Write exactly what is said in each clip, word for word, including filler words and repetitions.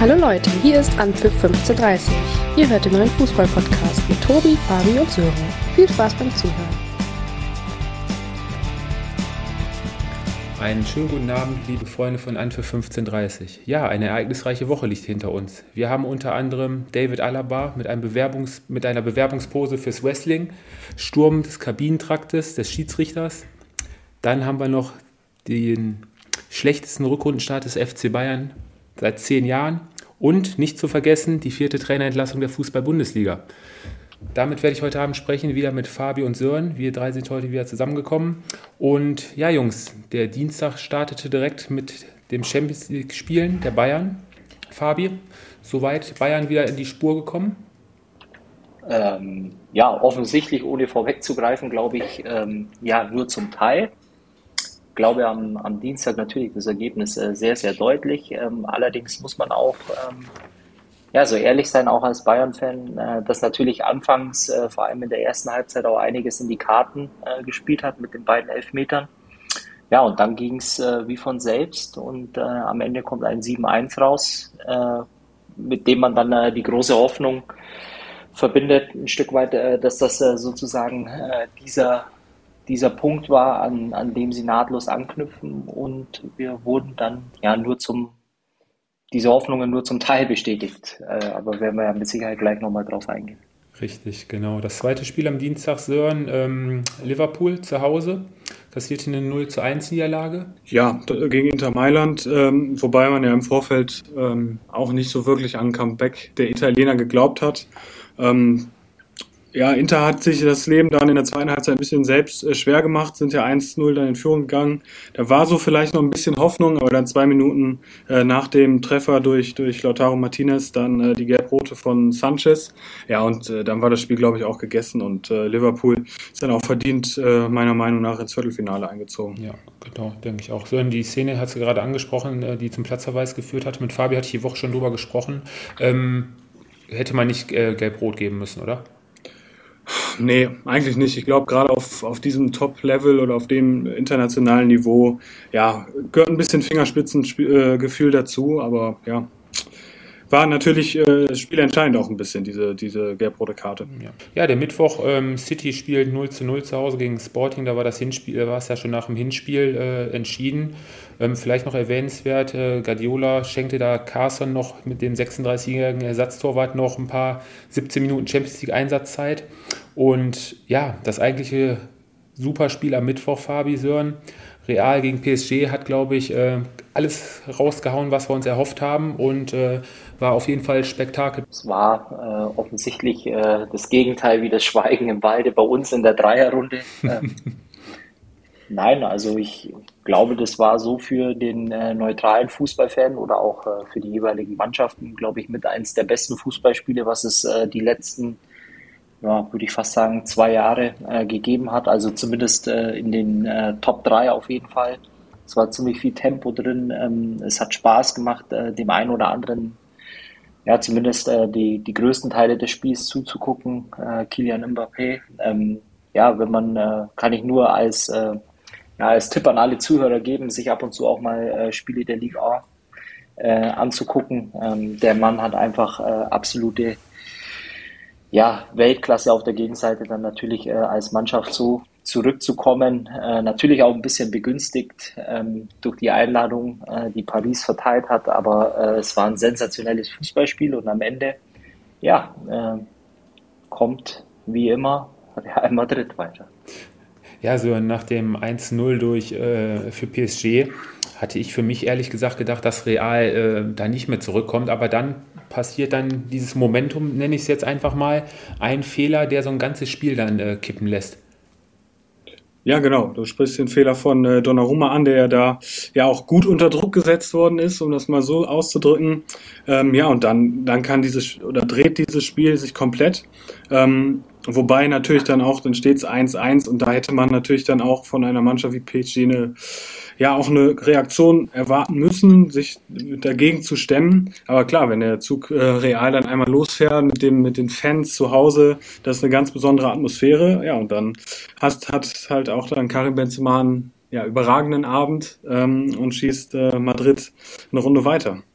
Hallo Leute, hier ist Anpfiff fünfzehn Uhr dreißig. Ihr hört den neuen Fußball-Podcast mit Tobi, Fabi und Sören. Viel Spaß beim Zuhören. Einen schönen guten Abend, liebe Freunde von Anpfiff fünfzehn Uhr dreißig. Ja, eine ereignisreiche Woche liegt hinter uns. Wir haben unter anderem David Alaba mit, einem Bewerbungs-, mit einer Bewerbungspose fürs Wrestling, Sturm des Kabinentraktes des Schiedsrichters. Dann haben wir noch den schlechtesten Rückrundenstart des F C Bayern seit zehn Jahren und nicht zu vergessen die vierte Trainerentlassung der Fußball-Bundesliga. Damit werde ich heute Abend sprechen, wieder mit Fabi und Sören. Wir drei sind heute wieder zusammengekommen. Und ja, Jungs, der Dienstag startete direkt mit dem Champions League-Spielen der Bayern. Fabi, soweit Bayern wieder in die Spur gekommen? Ähm, ja, offensichtlich, ohne vorwegzugreifen, glaube ich, ähm, ja, nur zum Teil. Ich glaube am, am Dienstag natürlich das Ergebnis äh, sehr, sehr deutlich. Ähm, allerdings muss man auch ähm, ja, so ehrlich sein, auch als Bayern-Fan, äh, dass natürlich anfangs, äh, vor allem in der ersten Halbzeit, auch einiges in die Karten äh, gespielt hat mit den beiden Elfmetern. Ja, und dann ging es äh, wie von selbst und äh, am Ende kommt ein sieben eins raus, äh, mit dem man dann äh, die große Hoffnung verbindet, ein Stück weit, äh, dass das äh, sozusagen äh, dieser dieser Punkt war, an, an dem sie nahtlos anknüpfen, und wir wurden dann ja nur zum, diese Hoffnungen nur zum Teil bestätigt. Äh, aber werden wir ja mit Sicherheit gleich nochmal drauf eingehen. Richtig, genau. Das zweite Spiel am Dienstag, Sören, ähm, Liverpool zu Hause, kassierte eine null zu eins Niederlage. Ja, gegen Inter Mailand, ähm, wobei man ja im Vorfeld ähm, auch nicht so wirklich an Comeback der Italiener geglaubt hat. Ähm, Ja, Inter hat sich das Leben dann in der zweiten Halbzeit ein bisschen selbst äh, schwer gemacht, sind ja eins null dann in Führung gegangen. Da war so vielleicht noch ein bisschen Hoffnung, aber dann zwei Minuten äh, nach dem Treffer durch durch Lautaro Martinez dann äh, die Gelb-Rote von Sanchez. Ja, und äh, dann war das Spiel, glaube ich, auch gegessen, und äh, Liverpool ist dann auch verdient, äh, meiner Meinung nach, ins Viertelfinale eingezogen. Ja, genau, denke ich auch. Sören, die Szene hat sie gerade angesprochen, äh, die zum Platzverweis geführt hat. Mit Fabi hatte ich die Woche schon drüber gesprochen. Ähm, hätte man nicht äh, Gelb-Rot geben müssen, oder? Nee, eigentlich nicht. Ich glaube, gerade auf, auf diesem Top-Level oder auf dem internationalen Niveau, ja, gehört ein bisschen Fingerspitzengefühl dazu, aber ja, war natürlich äh, spielentscheidend auch ein bisschen, diese, diese gelb-rote Karte. Ja, ja, der Mittwoch, ähm, City spielt null zu null zu Hause gegen Sporting, da war das Hinspiel, da war es ja schon nach dem Hinspiel äh, entschieden. Ähm, vielleicht noch erwähnenswert, äh, Guardiola schenkte da Carson noch mit dem sechsunddreißigjährigen Ersatztorwart noch ein paar siebzehn Minuten Champions League Einsatzzeit. Und ja, das eigentliche Superspiel am Mittwoch, Fabi, Sören, Real gegen P S G, hat, glaube ich, äh, alles rausgehauen, was wir uns erhofft haben, und äh, war auf jeden Fall Spektakel. Es war äh, offensichtlich äh, das Gegenteil wie das Schweigen im Walde bei uns in der Dreierrunde. Ähm, nein, also ich glaube, das war so für den äh, neutralen Fußballfan oder auch äh, für die jeweiligen Mannschaften, glaube ich, mit eins der besten Fußballspiele, was es äh, die letzten, ja, würde ich fast sagen, zwei Jahre äh, gegeben hat. Also zumindest äh, in den äh, Top drei auf jeden Fall. Es war ziemlich viel Tempo drin. Ähm, es hat Spaß gemacht, äh, dem einen oder anderen, ja, zumindest äh, die, die größten Teile des Spiels zuzugucken. Äh, Kylian Mbappé. Ähm, ja, wenn man, äh, kann ich nur als, äh, ja, als Tipp an alle Zuhörer geben, sich ab und zu auch mal äh, Spiele der Liga A äh, anzugucken. Ähm, der Mann hat einfach äh, absolute, ja, Weltklasse auf der Gegenseite, dann natürlich äh, als Mannschaft so zurückzukommen. Äh, natürlich auch ein bisschen begünstigt ähm, durch die Einladung, äh, die Paris verteilt hat, aber äh, es war ein sensationelles Fußballspiel, und am Ende, ja, äh, kommt wie immer Real Madrid weiter. Ja, so nach dem eins null durch äh, für P S G hatte ich für mich ehrlich gesagt gedacht, dass Real äh, da nicht mehr zurückkommt, aber dann passiert dann dieses Momentum, nenne ich es jetzt einfach mal, ein Fehler, der so ein ganzes Spiel dann äh, kippen lässt. Ja, genau. Du sprichst den Fehler von äh, Donnarumma an, der ja da ja auch gut unter Druck gesetzt worden ist, um das mal so auszudrücken. Ähm, ja, und dann dann kann dieses oder dreht dieses Spiel sich komplett. Ähm, wobei natürlich dann auch, dann steht es eins eins, und da hätte man natürlich dann auch von einer Mannschaft wie P S G eine, ja, auch eine Reaktion erwarten müssen, sich dagegen zu stemmen. Aber klar, wenn der Zug äh, Real dann einmal losfährt mit dem mit den Fans zu Hause, das ist eine ganz besondere Atmosphäre. Ja, und dann hast hat halt auch dann Karim Benzema einen, ja, überragenden Abend ähm, und schießt äh, Madrid eine Runde weiter.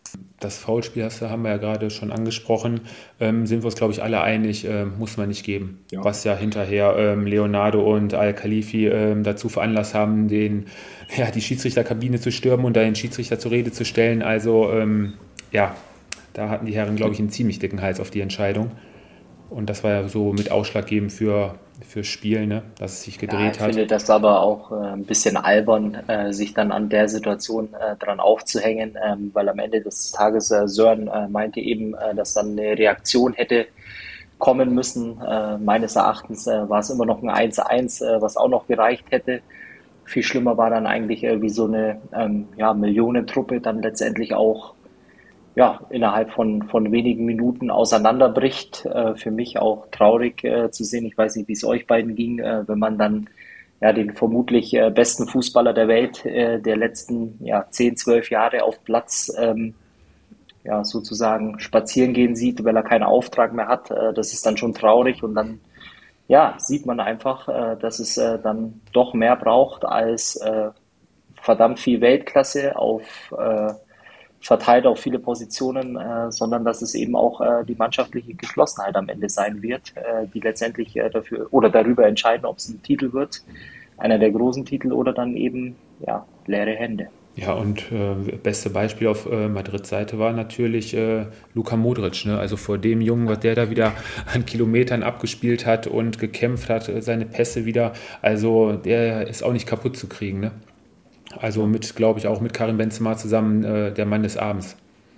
Das Foulspiel hast du, haben wir ja gerade schon angesprochen, ähm, sind wir uns, glaube ich, alle einig, äh, muss man nicht geben. Ja. Was ja hinterher ähm, Leonardo und Al-Khalifi ähm, dazu veranlasst haben, den, ja, die Schiedsrichterkabine zu stürmen und da den Schiedsrichter zur Rede zu stellen. Also ähm, ja, da hatten die Herren, glaube ich, einen ziemlich dicken Hals auf die Entscheidung. Und das war ja so mit ausschlaggebend für fürs Spiel, ne, dass es sich gedreht ja, hat. Ich finde das aber auch äh, ein bisschen albern, äh, sich dann an der Situation äh, dran aufzuhängen, ähm, weil am Ende des Tages äh, Sören äh, meinte eben, äh, dass dann eine Reaktion hätte kommen müssen. Äh, meines Erachtens äh, war es immer noch ein eins eins, äh, was auch noch gereicht hätte. Viel schlimmer war dann eigentlich äh, wie so eine ähm, ja, Millionentruppe dann letztendlich auch ja, innerhalb von, von wenigen Minuten auseinanderbricht. Äh, für mich auch traurig äh, zu sehen. Ich weiß nicht, wie es euch beiden ging, äh, wenn man dann ja, den vermutlich äh, besten Fußballer der Welt äh, der letzten ja, zehn, zwölf Jahre auf Platz ähm, ja, sozusagen spazieren gehen sieht, weil er keinen Auftrag mehr hat. Äh, das ist dann schon traurig und dann ja, sieht man einfach, äh, dass es äh, dann doch mehr braucht als äh, verdammt viel Weltklasse auf äh, verteilt auf viele Positionen, äh, sondern dass es eben auch äh, die mannschaftliche Geschlossenheit am Ende sein wird, äh, die letztendlich äh, dafür oder darüber entscheiden, ob es ein Titel wird, einer der großen Titel oder dann eben ja, leere Hände. Ja, und äh, beste Beispiel auf äh, Madrids Seite war natürlich äh, Luka Modric, ne? Also vor dem Jungen, was der da wieder an Kilometern abgespielt hat und gekämpft hat, seine Pässe wieder, also der ist auch nicht kaputt zu kriegen, ne? Also mit, glaube ich, auch mit Karim Benzema zusammen äh, der Mann des Abends.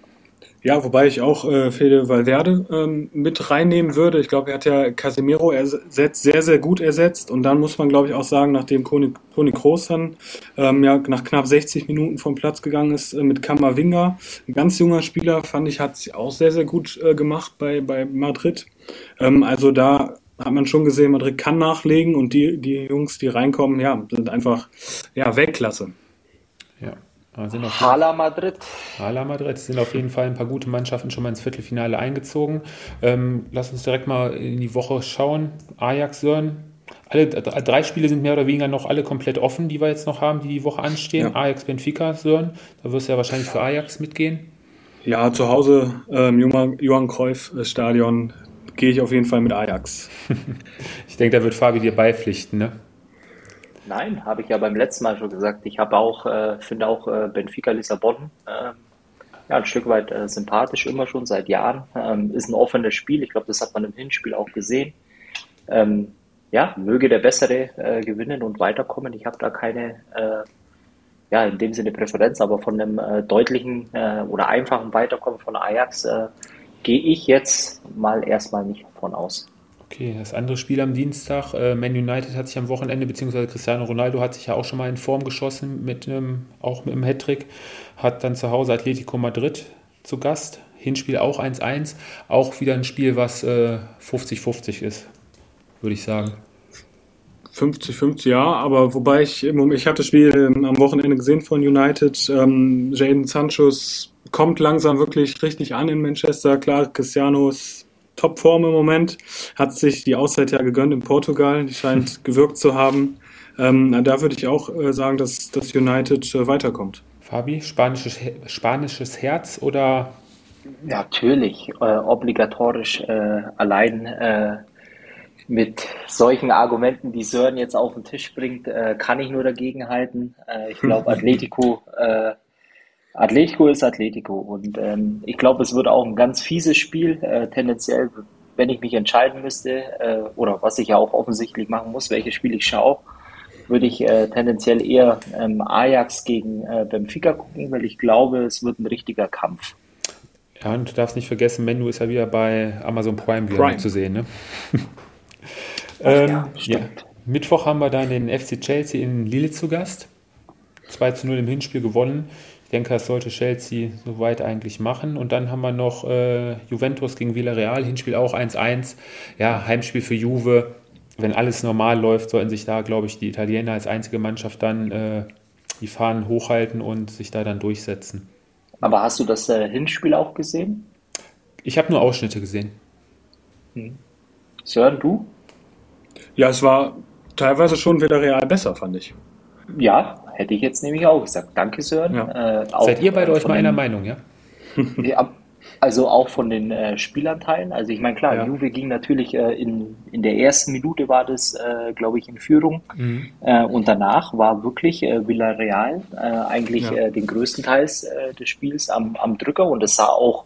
Ja, wobei ich auch äh, Fede Valverde ähm, mit reinnehmen würde. Ich glaube, er hat ja Casemiro ersetzt, sehr, sehr gut ersetzt. Und dann muss man, glaube ich, auch sagen, nachdem Toni Kroos dann ähm, ja, nach knapp sechzig Minuten vom Platz gegangen ist äh, mit Camavinga, ein ganz junger Spieler, fand ich, hat es auch sehr, sehr gut äh, gemacht bei, bei Madrid. Ähm, also da hat man schon gesehen, Madrid kann nachlegen und die, die Jungs, die reinkommen, ja, sind einfach ja, Weltklasse. Ja. Sind auf Hala Madrid. Hala Madrid. Sind auf jeden Fall ein paar gute Mannschaften schon mal ins Viertelfinale eingezogen. Ähm, lass uns direkt mal in die Woche schauen. Ajax, Sören. Alle drei Spiele sind mehr oder weniger noch alle komplett offen, die wir jetzt noch haben, die die Woche anstehen. Ja. Ajax, Benfica, Sören. Da wirst du ja wahrscheinlich für Ajax mitgehen. Ja, zu Hause ähm, Johann Cruyff Stadion gehe ich auf jeden Fall mit Ajax. Ich denke, da wird Fabi dir beipflichten, ne? Nein, habe ich ja beim letzten Mal schon gesagt. Ich habe auch, äh, finde auch äh, Benfica Lissabon äh, ja, ein Stück weit äh, sympathisch, immer schon seit Jahren. Ähm, ist ein offenes Spiel. Ich glaube, das hat man im Hinspiel auch gesehen. Ähm, ja, möge der Bessere äh, gewinnen und weiterkommen. Ich habe da keine, äh, ja, in dem Sinne Präferenz, aber von einem äh, deutlichen äh, oder einfachen Weiterkommen von Ajax äh, gehe ich jetzt mal erstmal nicht davon aus. Okay, das andere Spiel am Dienstag, äh, Man United hat sich am Wochenende, beziehungsweise Cristiano Ronaldo hat sich ja auch schon mal in Form geschossen, mit einem, auch mit einem Hattrick, hat dann zu Hause Atletico Madrid zu Gast, Hinspiel auch eins eins, auch wieder ein Spiel, was äh, fünfzig fünfzig ist, würde ich sagen. fünfzig fünfzig, ja, aber wobei ich, ich habe das Spiel ähm, am Wochenende gesehen von United, ähm, Jadon Sancho kommt langsam wirklich richtig an in Manchester, klar, Cristianos Topform im Moment, hat sich die Auszeit ja gegönnt in Portugal, die scheint gewirkt zu haben. Ähm, da würde ich auch äh, sagen, dass das United äh, weiterkommt. Fabi, spanisches, spanisches Herz oder? Natürlich, äh, obligatorisch äh, allein äh, mit solchen Argumenten, die Sören jetzt auf den Tisch bringt, äh, kann ich nur dagegen halten. Äh, ich glaube, Atletico äh, Atletico ist Atletico und ähm, ich glaube, es wird auch ein ganz fieses Spiel, äh, tendenziell, wenn ich mich entscheiden müsste, äh, oder was ich ja auch offensichtlich machen muss, welches Spiel ich schaue, würde ich äh, tendenziell eher ähm, Ajax gegen äh, Benfica gucken, weil ich glaube, es wird ein richtiger Kampf. Ja, und du darfst nicht vergessen, Menu ist ja wieder bei Amazon Prime wieder Prime. zu sehen, ne? ähm, ja, ja. Mittwoch haben wir dann den F C Chelsea in Lille zu Gast. zwei zu null im Hinspiel gewonnen. Ich denke, das sollte Chelsea soweit eigentlich machen. Und dann haben wir noch äh, Juventus gegen Villarreal, Hinspiel auch eins eins. Ja, Heimspiel für Juve. Wenn alles normal läuft, sollten sich da, glaube ich, die Italiener als einzige Mannschaft dann äh, die Fahnen hochhalten und sich da dann durchsetzen. Aber hast du das äh, Hinspiel auch gesehen? Ich habe nur Ausschnitte gesehen. Hm. Sören, du? Ja, es war teilweise schon Villarreal besser, fand ich. Ja, hätte ich jetzt nämlich auch gesagt. Danke, Sören. Ja. Äh, auch, Seid ihr beide äh, euch mal einer Meinung, ja? Ja, also auch von den äh, Spielanteilen. Also ich meine, klar, Ja, Juve ging natürlich äh, in, in der ersten Minute war das, äh, glaube ich, in Führung. Mhm. Äh, und danach war wirklich äh, Villarreal äh, eigentlich ja, äh, den größten Teils äh, des Spiels am, am Drücker. Und es sah auch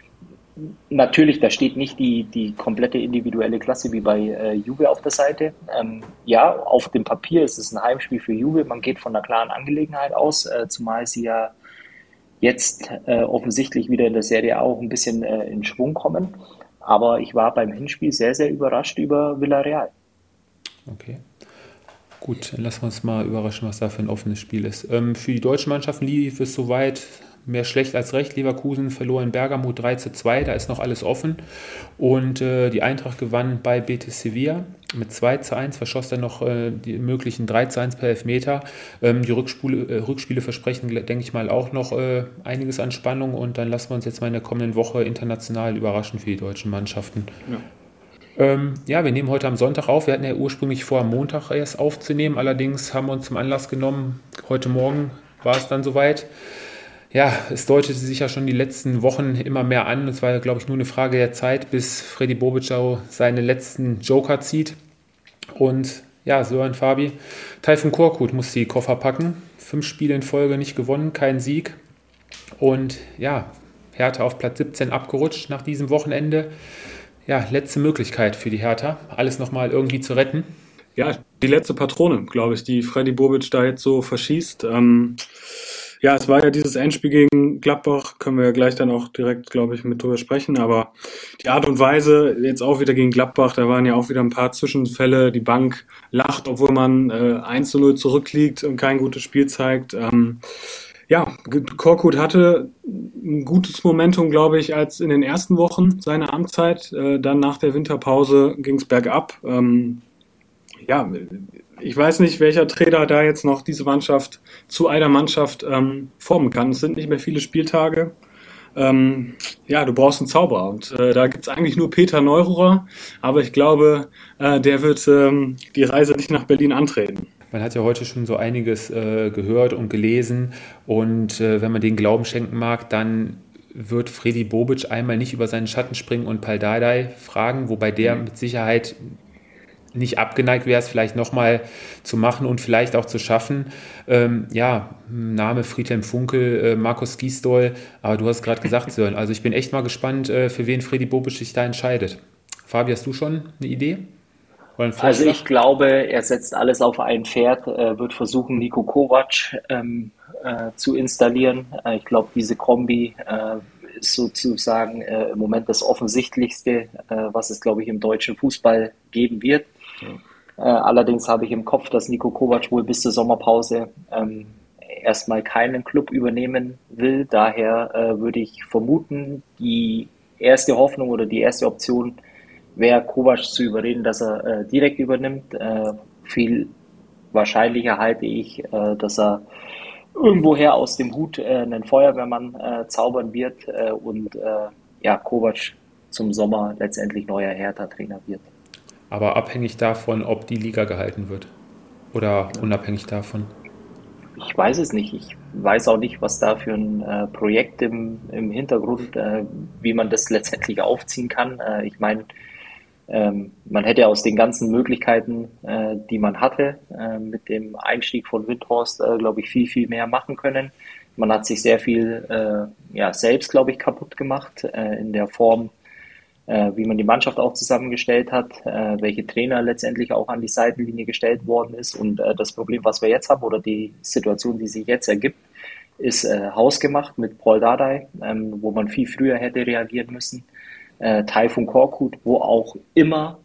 natürlich, da steht nicht die, die komplette individuelle Klasse wie bei äh, Juve auf der Seite. Ähm, ja, auf dem Papier ist es ein Heimspiel für Juve. Man geht von einer klaren Angelegenheit aus, äh, zumal sie ja jetzt äh, offensichtlich wieder in der Serie A auch ein bisschen äh, in Schwung kommen. Aber ich war beim Hinspiel sehr, sehr überrascht über Villarreal. Okay. Gut, dann lassen wir uns mal überraschen, was da für ein offenes Spiel ist. Ähm, für die deutschen Mannschaften lief es soweit mehr schlecht als recht. Leverkusen verlor in Bergamo drei zu zwei, da ist noch alles offen. Und äh, die Eintracht gewann bei Betis Sevilla mit zwei zu eins, verschoss dann noch äh, die möglichen drei zu eins per Elfmeter. Ähm, die Rückspiele, äh, Rückspiele versprechen, denke ich mal, auch noch äh, einiges an Spannung. Und dann lassen wir uns jetzt mal in der kommenden Woche international überraschen für die deutschen Mannschaften. ja. Ähm, ja, wir nehmen heute am Sonntag auf. Wir hatten ja ursprünglich vor, am Montag erst aufzunehmen. Allerdings haben wir uns zum Anlass genommen. Heute Morgen war es dann soweit. Ja, es deutete sich ja schon die letzten Wochen immer mehr an. Es war ja, glaube ich, nur eine Frage der Zeit, bis Freddy Bobic seine letzten Joker zieht. Und ja, Sören, Fabi, Tayfun Korkut muss die Koffer packen. Fünf Spiele in Folge nicht gewonnen, kein Sieg. Und ja, Hertha auf Platz siebzehn abgerutscht nach diesem Wochenende. Ja, letzte Möglichkeit für die Hertha, alles nochmal irgendwie zu retten. Ja, die letzte Patrone, glaube ich, die Freddy Bobic da jetzt so verschießt. Ähm, ja, es war ja dieses Endspiel gegen Gladbach, können wir ja gleich dann auch direkt, glaube ich, mit drüber sprechen. Aber die Art und Weise, jetzt auch wieder gegen Gladbach, da waren ja auch wieder ein paar Zwischenfälle. Die Bank lacht, obwohl man äh, eins zu null zurückliegt und kein gutes Spiel zeigt. Ähm, Ja, Korkut hatte ein gutes Momentum, glaube ich, als in den ersten Wochen seiner Amtszeit. Äh, dann nach der Winterpause ging es bergab. Ähm, ja, ich weiß nicht, welcher Trainer da jetzt noch diese Mannschaft zu einer Mannschaft ähm, formen kann. Es sind nicht mehr viele Spieltage. Ähm, ja, du brauchst einen Zauberer. Und äh, da gibt's eigentlich nur Peter Neururer. Aber ich glaube, äh, der wird ähm, die Reise nicht nach Berlin antreten. Man hat ja heute schon so einiges äh, gehört und gelesen und äh, wenn man den Glauben schenken mag, dann wird Freddy Bobic einmal nicht über seinen Schatten springen und Pal Dardai fragen, wobei der mit Sicherheit nicht abgeneigt wäre, es vielleicht nochmal zu machen und vielleicht auch zu schaffen. Ähm, ja, Name Friedhelm Funkel, äh, Markus Gisdol, aber du hast gerade gesagt, Sören, also ich bin echt mal gespannt, äh, für wen Freddy Bobic sich da entscheidet. Fabi, hast du schon eine Idee? Also ich glaube, er setzt alles auf ein Pferd, äh, wird versuchen, Niko Kovac ähm, äh, zu installieren. Äh, ich glaube, diese Kombi äh, ist sozusagen äh, im Moment das Offensichtlichste, äh, was es, glaube ich, im deutschen Fußball geben wird. Ja. Äh, allerdings habe ich im Kopf, dass Niko Kovac wohl bis zur Sommerpause ähm, erstmal keinen Club übernehmen will. Daher äh, würde ich vermuten, die erste Hoffnung oder die erste Option wäre, Kovac zu überreden, dass er äh, direkt übernimmt. Äh, viel wahrscheinlicher halte ich, äh, dass er irgendwoher aus dem Hut äh, einen Feuerwehrmann äh, zaubern wird äh, und äh, ja, Kovac zum Sommer letztendlich neuer Hertha-Trainer wird. Aber abhängig davon, ob die Liga gehalten wird oder unabhängig davon? Ich weiß es nicht. Ich weiß auch nicht, was da für ein äh, Projekt im, im Hintergrund, äh, wie man das letztendlich aufziehen kann. Äh, ich meine, Ähm, man hätte aus den ganzen Möglichkeiten, äh, die man hatte, äh, mit dem Einstieg von Windhorst, äh, glaube ich, viel, viel mehr machen können. Man hat sich sehr viel äh, ja, selbst, glaube ich, kaputt gemacht, äh, in der Form, äh, wie man die Mannschaft auch zusammengestellt hat, äh, welche Trainer letztendlich auch an die Seitenlinie gestellt worden ist. Und äh, das Problem, was wir jetzt haben, oder die Situation, die sich jetzt ergibt, ist äh, hausgemacht mit Paul Dardai, ähm, wo man viel früher hätte reagieren müssen. Äh, Tayfun Korkut, wo auch immer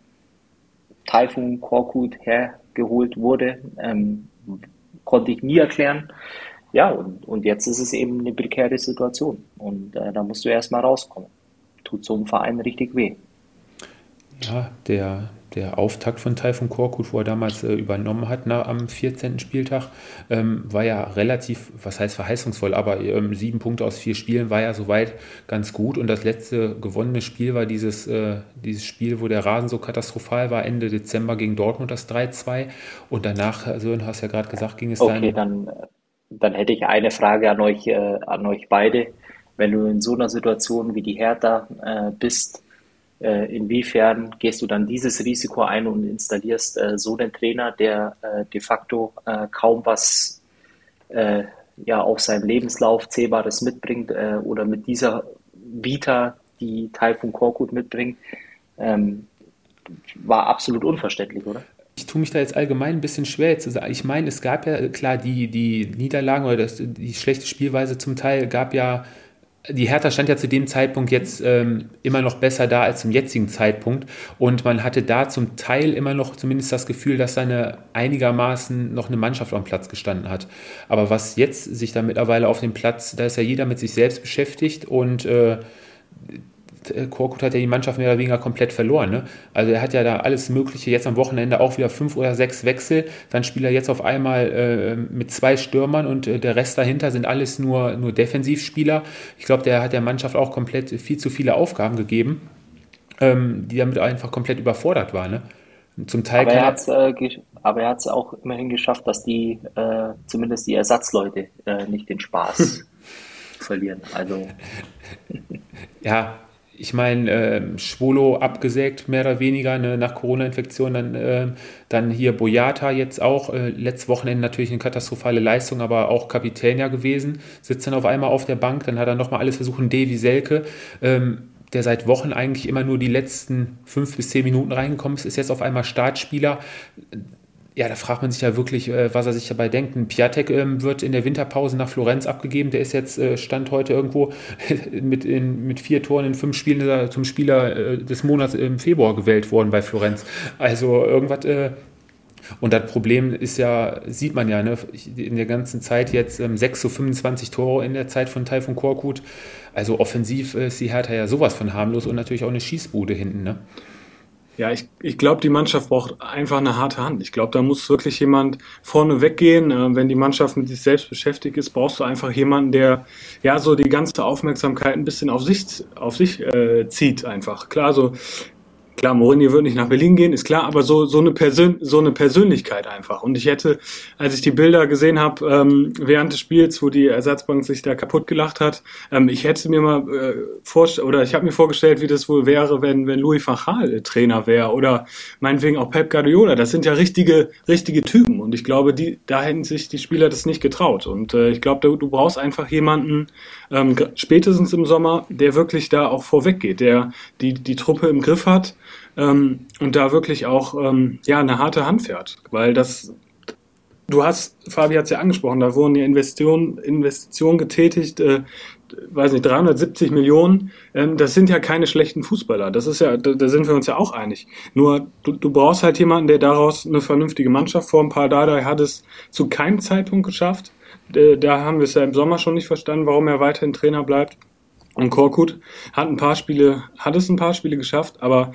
Tayfun Korkut hergeholt wurde, ähm, konnte ich nie erklären. Ja, und, und jetzt ist es eben eine prekäre Situation und äh, da musst du erstmal rauskommen. Tut so einem Verein richtig weh. Ja, der, der Auftakt von Tayfun Korkut, wo er damals äh, übernommen hat na, am vierzehnten Spieltag, ähm, war ja relativ, was heißt verheißungsvoll, aber ähm, sieben Punkte aus vier Spielen war ja soweit ganz gut. Und das letzte gewonnene Spiel war dieses, äh, dieses Spiel, wo der Rasen so katastrophal war, Ende Dezember gegen Dortmund, das drei zwei. Und danach, also du hast ja gerade gesagt, ging es Okay, dann... dann, dann hätte ich eine Frage an euch, äh, an euch beide. wenn du in so einer Situation wie die Hertha äh, bist, äh, inwiefern gehst du dann dieses Risiko ein und installierst äh, so einen Trainer, der äh, de facto äh, kaum was äh, ja auf seinem Lebenslauf Zählbares mitbringt äh, oder mit dieser Vita, die Tayfun Korkut mitbringt, ähm, war absolut unverständlich, oder? Ich tue mich da jetzt allgemein ein bisschen schwer zu sagen. Ich meine, es gab ja, klar, die, die Niederlagen oder das, die schlechte Spielweise zum Teil gab ja, die Hertha stand ja zu dem Zeitpunkt jetzt ähm, immer noch besser da als zum jetzigen Zeitpunkt und man hatte da zum Teil immer noch zumindest das Gefühl, dass da eine einigermaßen noch eine Mannschaft am Platz gestanden hat. Aber was jetzt sich da mittlerweile auf dem Platz, da ist ja jeder mit sich selbst beschäftigt und äh, Korkut hat ja die Mannschaft mehr oder weniger komplett verloren. Ne? Also er hat ja da alles Mögliche, jetzt am Wochenende auch wieder fünf oder sechs Wechsel, dann spielt er jetzt auf einmal äh, mit zwei Stürmern und äh, der Rest dahinter sind alles nur, nur Defensivspieler. Ich glaube, der hat der Mannschaft auch komplett viel zu viele Aufgaben gegeben, ähm, die damit einfach komplett überfordert war. Ne? Zum Teil Aber kann er hat's, äh, ge- aber er hat es auch immerhin geschafft, dass die, äh, zumindest die Ersatzleute, äh, nicht den Spaß verlieren. Also ja, ich meine, äh, Schwolo abgesägt, mehr oder weniger, ne, nach Corona-Infektion, dann, äh, dann hier Boyata jetzt auch, äh, letztes Wochenende natürlich eine katastrophale Leistung, aber auch Kapitän ja gewesen, sitzt dann auf einmal auf der Bank, dann hat er nochmal alles versucht, ein Davy Selke, ähm, der seit Wochen eigentlich immer nur die letzten fünf bis zehn Minuten reingekommen ist, ist jetzt auf einmal Startspieler. Ja, da fragt man sich ja wirklich, äh, was er sich dabei denkt. Ein Piatek ähm, wird in der Winterpause nach Florenz abgegeben. Der ist jetzt, äh, Stand heute irgendwo mit, in, mit vier Toren in fünf Spielen ist er zum Spieler äh, des Monats im Februar gewählt worden bei Florenz. Also irgendwas. Äh, und das Problem ist ja, sieht man ja, ne, in der ganzen Zeit jetzt ähm, sechs zu fünfundzwanzig Tore in der Zeit von Tayfun Korkut. Also offensiv äh, ist die Hertha ja sowas von harmlos und natürlich auch eine Schießbude hinten, ne? Ja, ich, ich glaube, die Mannschaft braucht einfach eine harte Hand. Ich glaube, da muss wirklich jemand vorne weggehen. Äh, wenn die Mannschaft mit sich selbst beschäftigt ist, brauchst du einfach jemanden, der ja so die ganze Aufmerksamkeit ein bisschen auf sich, auf sich äh, zieht einfach. Klar, so Klar, Mourinho wird nicht nach Berlin gehen, ist klar, aber so so eine Persön so eine Persönlichkeit einfach. Und ich hätte, als ich die Bilder gesehen habe ähm, während des Spiels, wo die Ersatzbank sich da kaputt gelacht hat, ähm, ich hätte mir mal äh, vorstellen oder ich habe mir vorgestellt, wie das wohl wäre, wenn wenn Louis van Gaal äh, Trainer wäre oder meinetwegen auch Pep Guardiola. Das sind ja richtige richtige Typen und ich glaube, die da hätten sich die Spieler das nicht getraut. Und äh, ich glaube, du, du brauchst einfach jemanden ähm, spätestens im Sommer, der wirklich da auch vorweg geht, der die die Truppe im Griff hat. Ähm, und da wirklich auch ähm, ja eine harte Hand fährt, weil das du hast, Fabi hat es ja angesprochen, da wurden ja Investitionen Investitionen getätigt, äh, weiß nicht, dreihundertsiebzig Millionen, ähm, das sind ja keine schlechten Fußballer, das ist ja, da, da sind wir uns ja auch einig, nur du, du brauchst halt jemanden, der daraus eine vernünftige Mannschaft formt. Pardadei hat es zu keinem Zeitpunkt geschafft, äh, da haben wir es ja im Sommer schon nicht verstanden, warum er weiterhin Trainer bleibt. Und Korkut hat ein paar Spiele, hat es ein paar Spiele geschafft, aber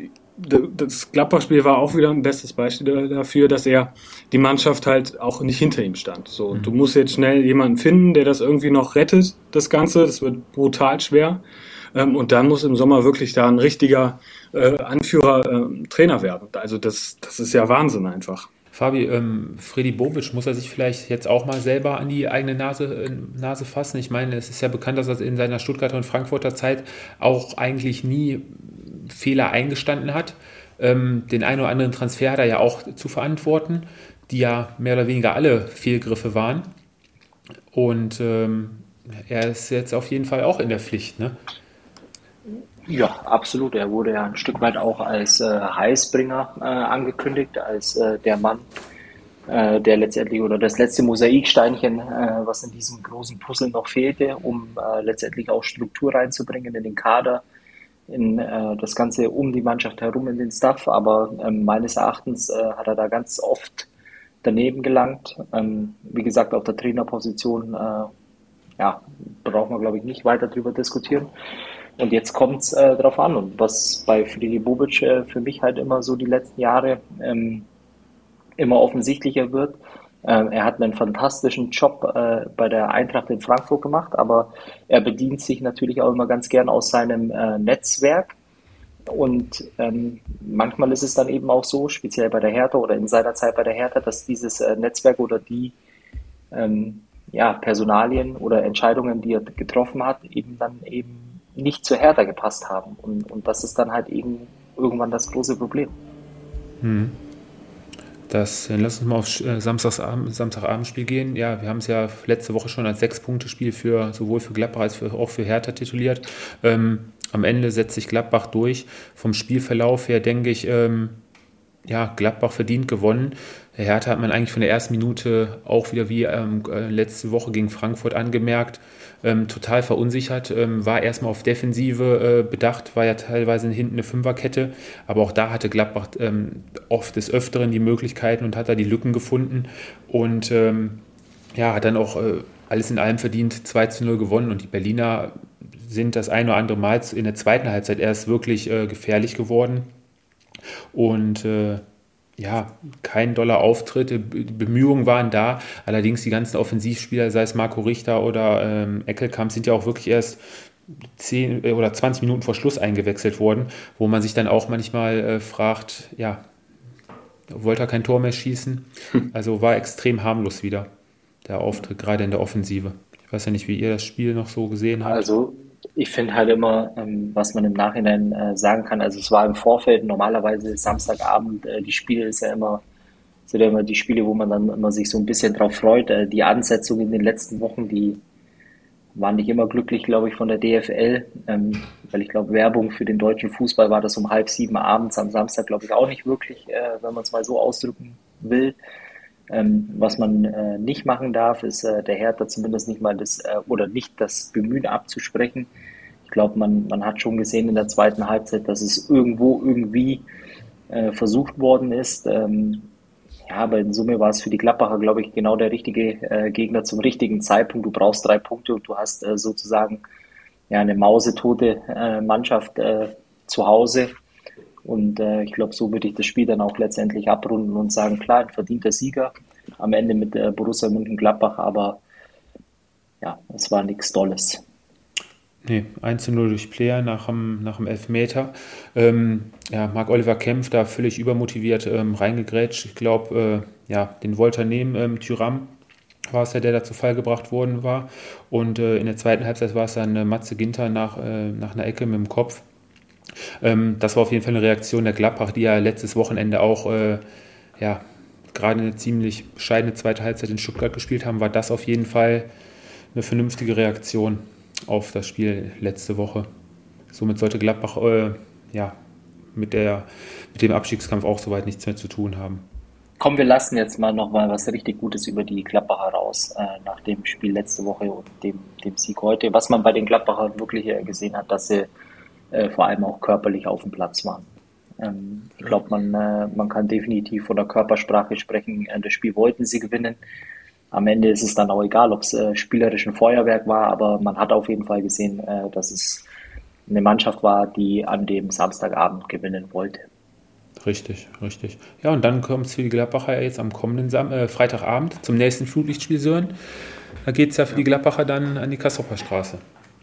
das Gladbach-Spiel war auch wieder ein bestes Beispiel dafür, dass er die Mannschaft halt auch nicht hinter ihm stand. So, mhm. Du musst jetzt schnell jemanden finden, der das irgendwie noch rettet, das Ganze. Das wird brutal schwer. Und dann muss im Sommer wirklich da ein richtiger Anführer Trainer werden. Also das, das ist ja Wahnsinn einfach. Fabi, ähm, Fredi Bobic, muss er sich vielleicht jetzt auch mal selber an die eigene Nase, äh, Nase fassen? Ich meine, es ist ja bekannt, dass er in seiner Stuttgarter und Frankfurter Zeit auch eigentlich nie Fehler eingestanden hat. Ähm, den einen oder anderen Transfer hat er ja auch zu verantworten, die ja mehr oder weniger alle Fehlgriffe waren. Und ähm, er ist jetzt auf jeden Fall auch in der Pflicht, ne? Ja, absolut. Er wurde ja ein Stück weit auch als äh, Heißbringer äh, angekündigt, als äh, der Mann, äh, der letztendlich oder das letzte Mosaiksteinchen, äh, was in diesem großen Puzzle noch fehlte, um äh, letztendlich auch Struktur reinzubringen in den Kader, in äh, das Ganze um die Mannschaft herum, in den Staff. Aber ähm, meines Erachtens äh, hat er da ganz oft daneben gelangt. Ähm, wie gesagt, auf der Trainerposition, äh, ja, braucht man, glaube ich, nicht weiter drüber diskutieren. Und jetzt kommt es äh, drauf an. Und was bei Fredi Bobic äh, für mich halt immer so die letzten Jahre ähm, immer offensichtlicher wird, äh, er hat einen fantastischen Job äh, bei der Eintracht in Frankfurt gemacht, aber er bedient sich natürlich auch immer ganz gern aus seinem äh, Netzwerk. Und ähm, manchmal ist es dann eben auch so, speziell bei der Hertha oder in seiner Zeit bei der Hertha, dass dieses äh, Netzwerk oder die ähm, ja, Personalien oder Entscheidungen, die er getroffen hat, eben dann eben nicht zur Hertha gepasst haben. Und, und das ist dann halt eben irgendwann das große Problem. Hm. Das, dann lass uns mal auf äh, Samstagsabend, Samstagabendspiel gehen. Ja, wir haben es ja letzte Woche schon als Sechs-Punkte-Spiel für sowohl für Gladbach als für, auch für Hertha tituliert. Ähm, am Ende setzt sich Gladbach durch. Vom Spielverlauf her denke ich, ähm, ja, Gladbach verdient gewonnen. Der Hertha hat man eigentlich von der ersten Minute auch wieder wie ähm, letzte Woche gegen Frankfurt angemerkt, ähm, total verunsichert, ähm, war erstmal auf Defensive äh, bedacht, war ja teilweise hinten eine Fünferkette, aber auch da hatte Gladbach ähm, oft des Öfteren die Möglichkeiten und hat da die Lücken gefunden und ähm, ja, hat dann auch äh, alles in allem verdient zwei zu null gewonnen und die Berliner sind das ein oder andere Mal in der zweiten Halbzeit erst wirklich äh, gefährlich geworden. Und äh, ja, kein doller Auftritt, die Bemühungen waren da, allerdings die ganzen Offensivspieler, sei es Marco Richter oder ähm, Eckelkamp, sind ja auch wirklich erst zehn oder zwanzig Minuten vor Schluss eingewechselt worden, wo man sich dann auch manchmal äh, fragt, ja, wollte er kein Tor mehr schießen? Also war extrem harmlos wieder, der Auftritt, gerade in der Offensive. Ich weiß ja nicht, wie ihr das Spiel noch so gesehen habt. Also ich finde halt immer, ähm, was man im Nachhinein äh, sagen kann, also es war im Vorfeld normalerweise Samstagabend, äh, die Spiele ist ja immer, sind ja immer die Spiele, wo man dann immer sich so ein bisschen drauf freut. Äh, die Ansetzung in den letzten Wochen, die waren nicht immer glücklich, glaube ich, von der D F L, ähm, weil ich glaube, Werbung für den deutschen Fußball war das um halb sieben abends am Samstag, glaube ich, auch nicht wirklich, äh, wenn man es mal so ausdrücken will. Ähm, was man äh, nicht machen darf, ist äh, der Hertha zumindest nicht mal das äh, oder nicht das Bemühen abzusprechen. Ich glaube, man, man hat schon gesehen in der zweiten Halbzeit, dass es irgendwo irgendwie äh, versucht worden ist. Ähm, ja, aber in Summe war es für die Gladbacher, glaube ich, genau der richtige äh, Gegner zum richtigen Zeitpunkt. Du brauchst drei Punkte und du hast äh, sozusagen ja, eine mausetote äh, Mannschaft äh, zu Hause. Und äh, ich glaube, so würde ich das Spiel dann auch letztendlich abrunden und sagen, klar, ein verdienter Sieger am Ende mit äh, Borussia Mönchengladbach, aber ja, es war nichts Tolles. Nee, eins zu null durch Player nach dem, nach dem Elfmeter. Ähm, ja, Marc-Oliver Kempf da völlig übermotiviert ähm, reingegrätscht. Ich glaube, äh, ja, den wollte er nehmen. Ähm, Thuram war es ja, der da zu Fall gebracht worden war. Und äh, in der zweiten Halbzeit war es dann äh, Matze Ginter nach, äh, nach einer Ecke mit dem Kopf. Ähm, das war auf jeden Fall eine Reaktion der Gladbach, die ja letztes Wochenende auch äh, ja, gerade eine ziemlich bescheidene zweite Halbzeit in Stuttgart gespielt haben, war das auf jeden Fall eine vernünftige Reaktion auf das Spiel letzte Woche. Somit sollte Gladbach äh, ja, mit, der, mit dem Abstiegskampf auch soweit nichts mehr zu tun haben. Komm, wir lassen jetzt mal nochmal was richtig Gutes über die Gladbacher raus, äh, nach dem Spiel letzte Woche und dem, dem Sieg heute. Was man bei den Gladbachern wirklich äh, gesehen hat, dass sie äh, vor allem auch körperlich auf dem Platz waren. Ähm, ich glaube, man, äh, man kann definitiv von der Körpersprache sprechen. Äh, das Spiel wollten sie gewinnen. Am Ende ist es dann auch egal, ob es äh, spielerisch ein Feuerwerk war, aber man hat auf jeden Fall gesehen, äh, dass es eine Mannschaft war, die an dem Samstagabend gewinnen wollte. Richtig, richtig. Ja, und dann kommt es für die Gladbacher jetzt am kommenden Sam- äh, Freitagabend zum nächsten Flutlichtspiel Sören. Da geht es ja für die Gladbacher dann an die Kassopper Straße.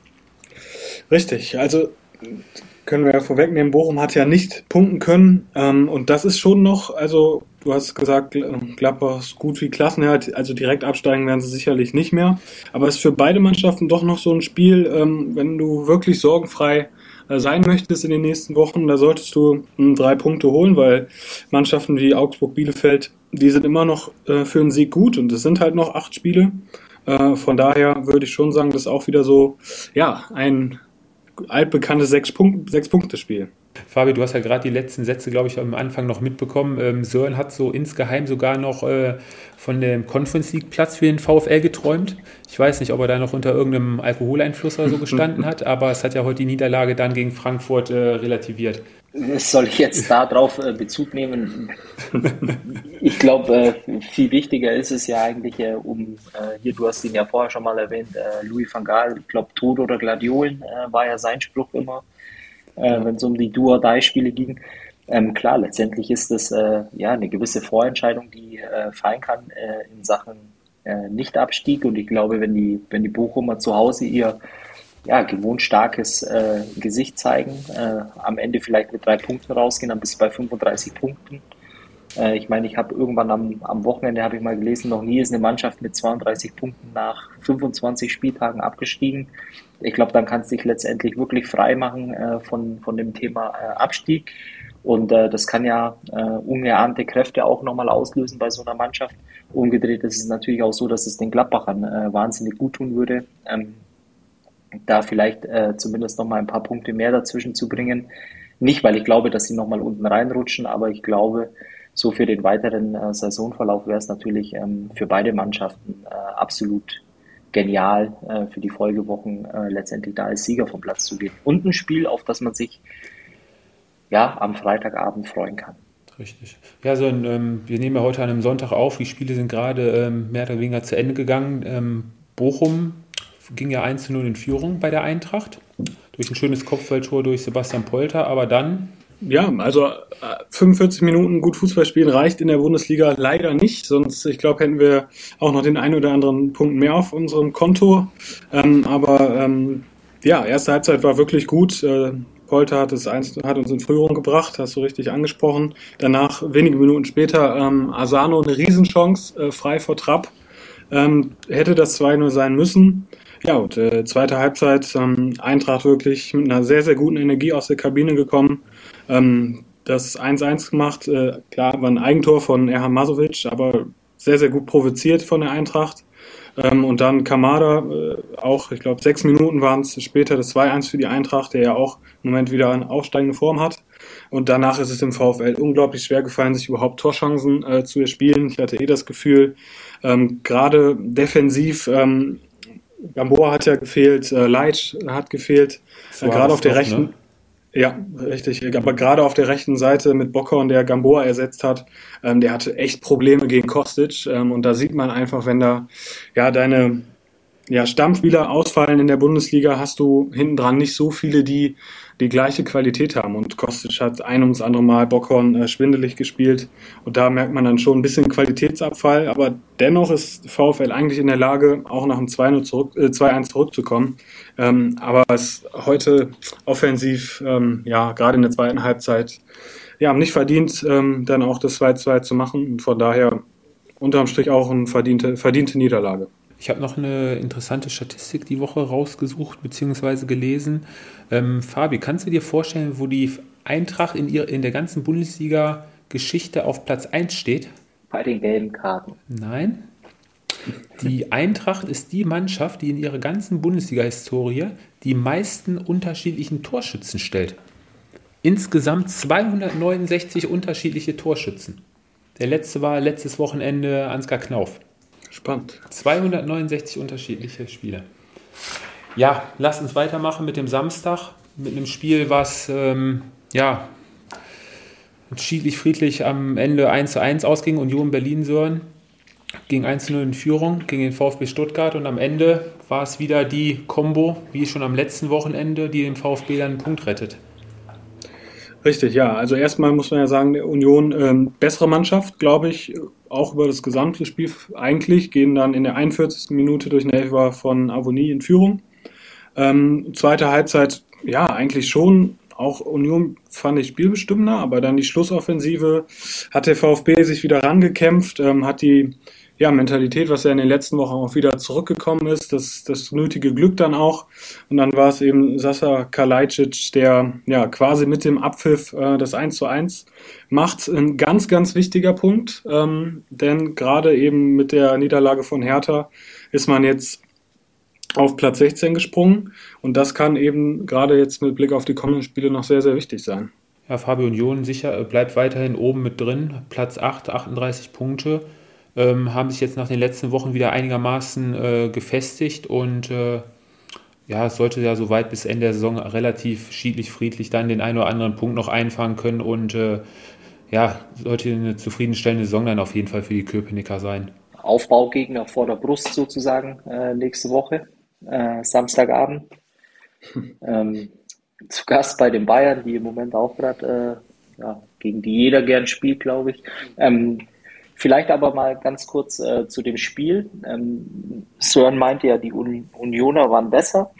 Richtig, also können wir ja vorwegnehmen, Bochum hat ja nicht punkten können ähm, und das ist schon noch, also du hast gesagt, Gladbach ist gut wie Klassenerhalt, also direkt absteigen werden sie sicherlich nicht mehr, aber es ist für beide Mannschaften doch noch so ein Spiel, ähm, wenn du wirklich sorgenfrei äh, sein möchtest in den nächsten Wochen, da solltest du ähm, drei Punkte holen, weil Mannschaften wie Augsburg, Bielefeld, die sind immer noch äh, für einen Sieg gut und es sind halt noch acht Spiele, äh, von daher würde ich schon sagen, das ist auch wieder so, ja, ein altbekanntes Sechs-Punkte-Spiel. Fabi, du hast ja gerade die letzten Sätze, glaube ich, am Anfang noch mitbekommen. Ähm, Sören hat so insgeheim sogar noch äh, von dem Conference League Platz für den VfL geträumt. Ich weiß nicht, ob er da noch unter irgendeinem Alkoholeinfluss oder so gestanden hat, aber es hat ja heute die Niederlage dann gegen Frankfurt äh, relativiert. Soll ich jetzt darauf äh, Bezug nehmen? Ich glaube, äh, viel wichtiger ist es ja eigentlich, äh, um, äh, hier, du hast ihn ja vorher schon mal erwähnt, äh, Louis van Gaal, ich glaube, Tod oder Gladiolen äh, war ja sein Spruch immer, äh, wenn es um die Do-or-Die-Spiele ging. Ähm, klar, letztendlich ist das äh, ja eine gewisse Vorentscheidung, die äh, fallen kann äh, in Sachen äh, Nicht-Abstieg. Und ich glaube, wenn die, wenn die Bochumer zu Hause ihr ja, gewohnt starkes äh, Gesicht zeigen, äh, am Ende vielleicht mit drei Punkten rausgehen, dann bis bei fünfunddreißig Punkten. Äh, ich meine, ich habe irgendwann am, am Wochenende, habe ich mal gelesen, noch nie ist eine Mannschaft mit zweiunddreißig Punkten nach fünfundzwanzig Spieltagen abgestiegen. Ich glaube, dann kannst du dich letztendlich wirklich frei machen äh, von, von dem Thema äh, Abstieg. Und äh, das kann ja äh, ungeahnte Kräfte auch nochmal auslösen bei so einer Mannschaft. Umgedreht ist es natürlich auch so, dass es den Gladbachern äh, wahnsinnig gut tun würde, ähm, da vielleicht äh, zumindest nochmal ein paar Punkte mehr dazwischen zu bringen. Nicht, weil ich glaube, dass sie nochmal unten reinrutschen, aber ich glaube, so für den weiteren äh, Saisonverlauf wäre es natürlich ähm, für beide Mannschaften äh, absolut genial, äh, für die Folgewochen äh, letztendlich da als Sieger vom Platz zu gehen. Und ein Spiel, auf das man sich ja am Freitagabend freuen kann. Richtig. Ja, so ein, ähm, wir nehmen ja heute an einem Sonntag auf. Die Spiele sind gerade ähm, mehr oder weniger zu Ende gegangen. Ähm, Bochum ging ja eins zu null in Führung bei der Eintracht. Durch ein schönes Kopfballtor durch Sebastian Polter, aber dann... Ja, also äh, fünfundvierzig Minuten gut Fußball spielen reicht in der Bundesliga leider nicht. Sonst, ich glaube, hätten wir auch noch den einen oder anderen Punkt mehr auf unserem Konto. Ähm, aber ähm, ja, erste Halbzeit war wirklich gut. Äh, Polter hat, es eins, hat uns in Führung gebracht, hast du richtig angesprochen. Danach, wenige Minuten später, ähm, Asano eine Riesenchance, äh, frei vor Trapp. Ähm, hätte das zwei null sein müssen. Ja, und äh, zweite Halbzeit, ähm, Eintracht wirklich mit einer sehr, sehr guten Energie aus der Kabine gekommen. Ähm, das eins eins gemacht, äh, klar, war ein Eigentor von Erhan Masovic, aber sehr, sehr gut provoziert von der Eintracht. Ähm, und dann Kamada, äh, auch, ich glaube, sechs Minuten waren es später das zwei eins für die Eintracht, der ja auch im Moment wieder eine aufsteigende Form hat. Und danach ist es dem VfL unglaublich schwer gefallen, sich überhaupt Torchancen äh, zu erspielen. Ich hatte eh das Gefühl, ähm, gerade defensiv, ähm, Gamboa hat ja gefehlt, äh, Leitsch hat gefehlt, äh, gerade auf der doch, rechten, ne? ja, richtig, aber gerade auf der rechten Seite mit Bockhorn, der Gamboa ersetzt hat, ähm, der hatte echt Probleme gegen Kostic, ähm, und da sieht man einfach, wenn da ja deine ja, Stammspieler ausfallen in der Bundesliga, hast du hinten dran nicht so viele, die die gleiche Qualität haben. Und Kostic hat ein ums andere Mal Bockhorn äh, schwindelig gespielt. Und da merkt man dann schon ein bisschen Qualitätsabfall. Aber dennoch ist VfL eigentlich in der Lage, auch nach dem zwei null zurück, äh, zwei eins zurückzukommen. Ähm, aber es heute offensiv, ähm, ja, gerade in der zweiten Halbzeit, ja, haben nicht verdient, ähm, dann auch das zwei zwei zu machen. Und von daher unterm Strich auch eine verdiente, verdiente Niederlage. Ich habe noch eine interessante Statistik die Woche rausgesucht bzw. gelesen. Ähm, Fabi, kannst du dir vorstellen, wo die Eintracht in, ihr, in der ganzen Bundesliga-Geschichte auf Platz eins steht? Bei den gelben Karten. Nein. Die Eintracht ist die Mannschaft, die in ihrer ganzen Bundesliga-Historie die meisten unterschiedlichen Torschützen stellt. Insgesamt zweihundertneunundsechzig unterschiedliche Torschützen. Der letzte war letztes Wochenende Ansgar Knauf. Spannend. zweihundertneunundsechzig unterschiedliche Spiele. Ja, lasst uns weitermachen mit dem Samstag, mit einem Spiel, was ähm, ja, schiedlich friedlich am Ende eins zu eins ausging. Union Berlin-Sören ging eins zu null in Führung gegen den VfB Stuttgart und am Ende war es wieder die Kombo, wie schon am letzten Wochenende, die dem VfB dann einen Punkt rettet. Richtig, ja. Also erstmal muss man ja sagen, der Union ähm, bessere Mannschaft, glaube ich, auch über das gesamte Spiel eigentlich, gehen dann in der einundvierzigsten Minute durch einen Elfer von Avonie in Führung. Ähm, zweite Halbzeit, ja, eigentlich schon. Auch Union fand ich spielbestimmender, aber dann die Schlussoffensive hat der VfB sich wieder rangekämpft, ähm, hat die ja, Mentalität, was ja in den letzten Wochen auch wieder zurückgekommen ist, das, das nötige Glück dann auch. Und dann war es eben Sasa Kalajdzic, der ja quasi mit dem Abpfiff äh, das eins zu eins macht. Ein ganz, ganz wichtiger Punkt, ähm, denn gerade eben mit der Niederlage von Hertha ist man jetzt auf Platz sechzehn gesprungen und das kann eben gerade jetzt mit Blick auf die kommenden Spiele noch sehr, sehr wichtig sein. Ja, Fabio Union sicher bleibt weiterhin oben mit drin, Platz acht, achtunddreißig Punkte. Ähm, haben sich jetzt nach den letzten Wochen wieder einigermaßen äh, gefestigt und äh, ja, es sollte ja soweit bis Ende der Saison relativ schiedlich, friedlich dann den einen oder anderen Punkt noch einfangen können und äh, ja, sollte eine zufriedenstellende Saison dann auf jeden Fall für die Köpenicker sein. Aufbaugegner vor der Brust sozusagen äh, nächste Woche, äh, Samstagabend. ähm, zu Gast bei den Bayern, die im Moment auch gerade äh, ja, gegen die jeder gern spielt, glaube ich. Ähm, Vielleicht aber mal ganz kurz äh, zu dem Spiel. Ähm, Sören meinte ja, die Un- Unioner waren besser.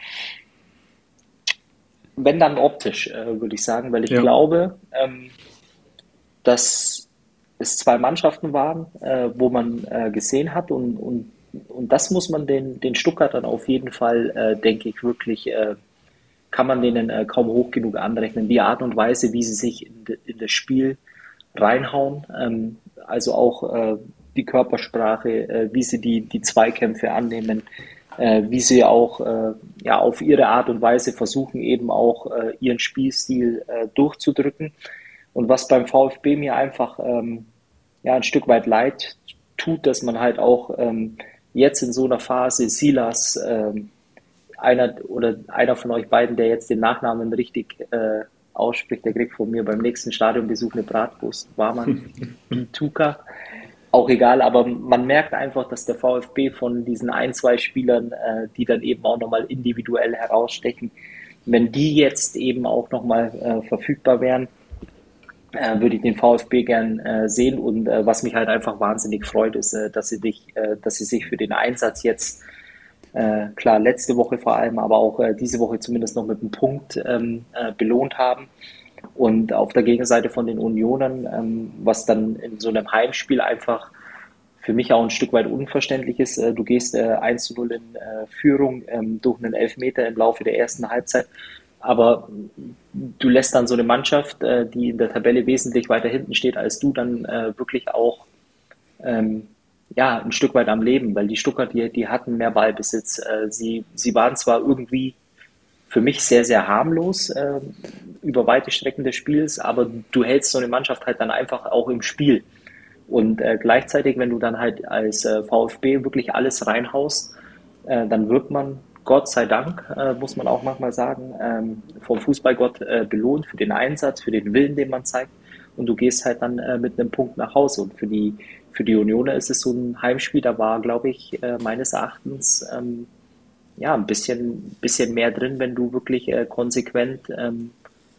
Wenn dann optisch, äh, würde ich sagen, weil ich ja. glaube, ähm, dass es zwei Mannschaften waren, äh, wo man äh, gesehen hat und, und, und das muss man den, den Stuttgartern auf jeden Fall, äh, denke ich, wirklich, äh, kann man denen äh, kaum hoch genug anrechnen. Die Art und Weise, wie sie sich in, de, in das Spiel reinhauen, ähm, also auch äh, die Körpersprache, äh, wie sie die, die Zweikämpfe annehmen, äh, wie sie auch äh, ja, auf ihre Art und Weise versuchen, eben auch äh, ihren Spielstil äh, durchzudrücken. Und was beim VfB mir einfach ähm, ja, ein Stück weit leid tut, dass man halt auch ähm, jetzt in so einer Phase Silas, ähm, einer oder einer von euch beiden, der jetzt den Nachnamen richtig äh, ausspricht, der kriegt von mir beim nächsten Stadionbesuch eine Bratwurst, Warman Tuka. Auch egal, aber man merkt einfach, dass der VfB von diesen ein, zwei Spielern, äh, die dann eben auch nochmal individuell herausstechen, wenn die jetzt eben auch nochmal äh, verfügbar wären, äh, würde ich den VfB gern äh, sehen. Und äh, was mich halt einfach wahnsinnig freut, ist, äh, dass sie dich, äh, dass sie sich für den Einsatz jetzt, äh, klar, letzte Woche vor allem, aber auch äh, diese Woche zumindest noch mit einem Punkt ähm, äh, belohnt haben. Und auf der Gegenseite von den Unionern, ähm, was dann in so einem Heimspiel einfach für mich auch ein Stück weit unverständlich ist, äh, du gehst äh, eins zu null in äh, Führung ähm, durch einen Elfmeter im Laufe der ersten Halbzeit, aber du lässt dann so eine Mannschaft, äh, die in der Tabelle wesentlich weiter hinten steht als du, dann äh, wirklich auch ähm, ja, ein Stück weit am Leben, weil die Stuttgart, die, die hatten mehr Ballbesitz. Äh, sie, sie waren zwar irgendwie für mich sehr, sehr harmlos äh, über weite Strecken des Spiels, aber du hältst so eine Mannschaft halt dann einfach auch im Spiel. Und äh, gleichzeitig, wenn du dann halt als äh, VfB wirklich alles reinhaust, äh, dann wird man, Gott sei Dank, äh, muss man auch manchmal sagen, ähm, vom Fußballgott äh, belohnt für den Einsatz, für den Willen, den man zeigt. Und du gehst halt dann äh, mit einem Punkt nach Hause. Und für die, für die Unioner ist es so ein Heimspiel, da war, glaube ich, äh, meines Erachtens ähm, ja, ein bisschen, bisschen mehr drin, wenn du wirklich äh, konsequent ähm,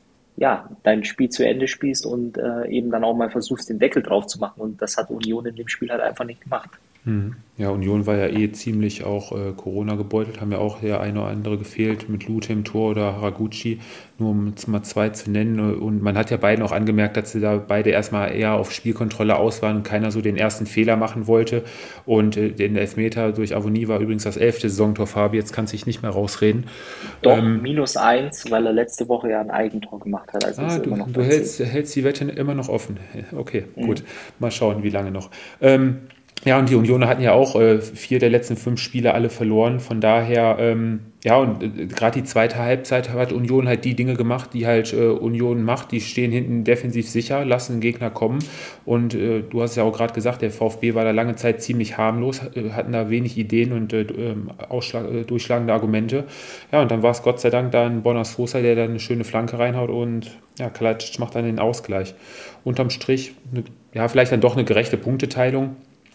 ja, dein Spiel zu Ende spielst und äh, eben dann auch mal versuchst, den Deckel drauf zu machen. Und das hat Union in dem Spiel halt einfach nicht gemacht. Mhm. Ja, Union war ja eh ziemlich auch äh, Corona gebeutelt, haben ja auch der eine oder andere gefehlt mit Lute im Tor oder Haraguchi, nur um jetzt mal zwei zu nennen. Und man hat ja beiden auch angemerkt, dass sie da beide erstmal eher auf Spielkontrolle aus waren und keiner so den ersten Fehler machen wollte. Und äh, den Elfmeter durch Avonie war übrigens das elfte Saisontor, Fabi, jetzt kann sich nicht mehr rausreden. Doch, ähm, minus eins, weil er letzte Woche ja ein Eigentor gemacht hat. Also ah, ist du, immer noch du hältst, hältst die Wette immer noch offen. Okay, mhm. Gut. Mal schauen, wie lange noch. Ähm, Ja, und die Unioner hatten ja auch äh, vier der letzten fünf Spiele alle verloren. Von daher, ähm, ja, und äh, gerade die zweite Halbzeit hat Union halt die Dinge gemacht, die halt äh, Union macht. Die stehen hinten defensiv sicher, lassen den Gegner kommen. Und äh, du hast ja auch gerade gesagt, der VfB war da lange Zeit ziemlich harmlos, äh, hatten da wenig Ideen und äh, ausschlag, äh, durchschlagende Argumente. Ja, und dann war es Gott sei Dank dann Borna Sosa, der da eine schöne Flanke reinhaut und ja, Kalajdzic macht dann den Ausgleich. Unterm Strich, ne, ja, vielleicht dann doch eine gerechte Punkteteilung.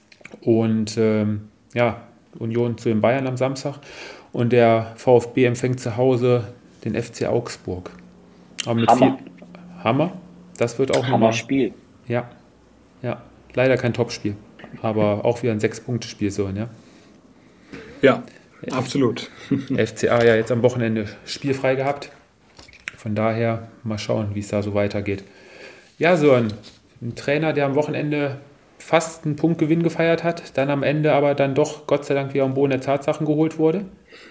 Und ähm, ja, Union zu den Bayern am Samstag und der VfB empfängt zu Hause den F C Augsburg. Aber mit Hammer. Viel Hammer. Das wird auch Hammer Spiel. Ja, ja, leider kein Topspiel, aber auch wieder ein Sechs-Punkte-Spiel so, ja. Ja, absolut. F C A ja jetzt am Wochenende spielfrei gehabt. Von daher mal schauen, wie es da so weitergeht. Ja, so ein, ein Trainer, der am Wochenende fast einen Punktgewinn gefeiert hat, dann am Ende aber dann doch Gott sei Dank wieder am Boden der Tatsachen geholt wurde.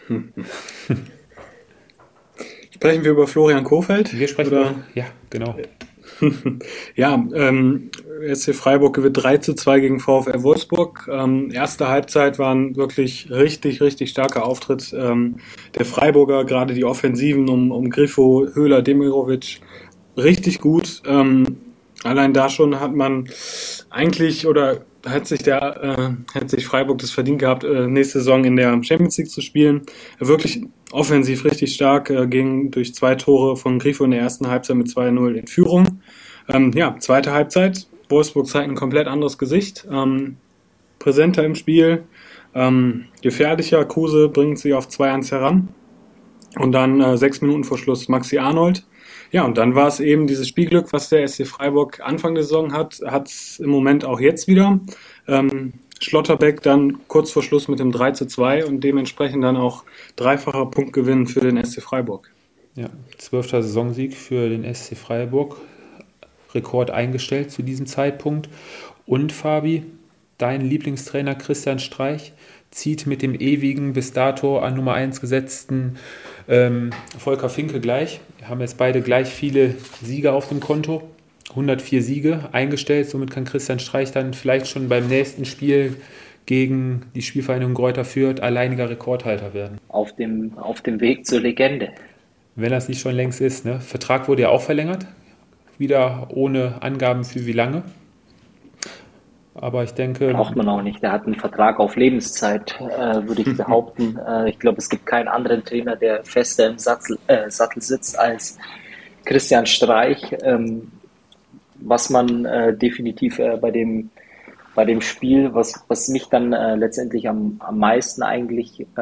Sprechen wir über Florian Kohfeldt? Wir sprechen oder? über, ja, genau. Ja, ähm, S C Freiburg gewinnt drei zu zwei gegen VfL Wolfsburg. Ähm, erste Halbzeit war ein wirklich richtig, richtig starker Auftritt ähm, der Freiburger, gerade die Offensiven um, um Grifo, Höhler, Demirovic, richtig gut. Ähm, Allein da schon hat man eigentlich oder hat sich der äh, hat sich Freiburg das verdient gehabt, äh, nächste Saison in der Champions League zu spielen. Wirklich offensiv richtig stark, äh, ging durch zwei Tore von Grifo in der ersten Halbzeit mit zwei null in Führung. Ähm, ja, zweite Halbzeit, Wolfsburg zeigt ein komplett anderes Gesicht, ähm, präsenter im Spiel, ähm, gefährlicher, Kruse bringt sie auf zwei eins heran und dann äh, sechs Minuten vor Schluss Maxi Arnold. Ja, und dann war es eben dieses Spielglück, was der S C Freiburg Anfang der Saison hat, hat es im Moment auch jetzt wieder. Ähm, Schlotterbeck dann kurz vor Schluss mit dem drei zu zwei und dementsprechend dann auch dreifacher Punktgewinn für den S C Freiburg. Ja, zwölfter Saisonsieg für den S C Freiburg. Rekord eingestellt zu diesem Zeitpunkt. Und Fabi, dein Lieblingstrainer Christian Streich zieht mit dem ewigen, bis dato an Nummer eins gesetzten ähm, Volker Finke gleich. Wir haben jetzt beide gleich viele Siege auf dem Konto. hundertvier Siege eingestellt. Somit kann Christian Streich dann vielleicht schon beim nächsten Spiel gegen die Spielvereinigung Greuther Fürth alleiniger Rekordhalter werden. Auf dem, auf dem Weg zur Legende. Wenn das nicht schon längst ist. Ne? Vertrag wurde ja auch verlängert. Wieder ohne Angaben für wie lange. Aber ich denke... Braucht man auch nicht. Der hat einen Vertrag auf Lebenszeit, äh, würde ich behaupten. äh, ich glaube, es gibt keinen anderen Trainer, der fester im Sattel, äh, Sattel sitzt als Christian Streich. Ähm, was man äh, definitiv äh, bei dem bei dem Spiel, was, was mich dann äh, letztendlich am, am meisten eigentlich, äh,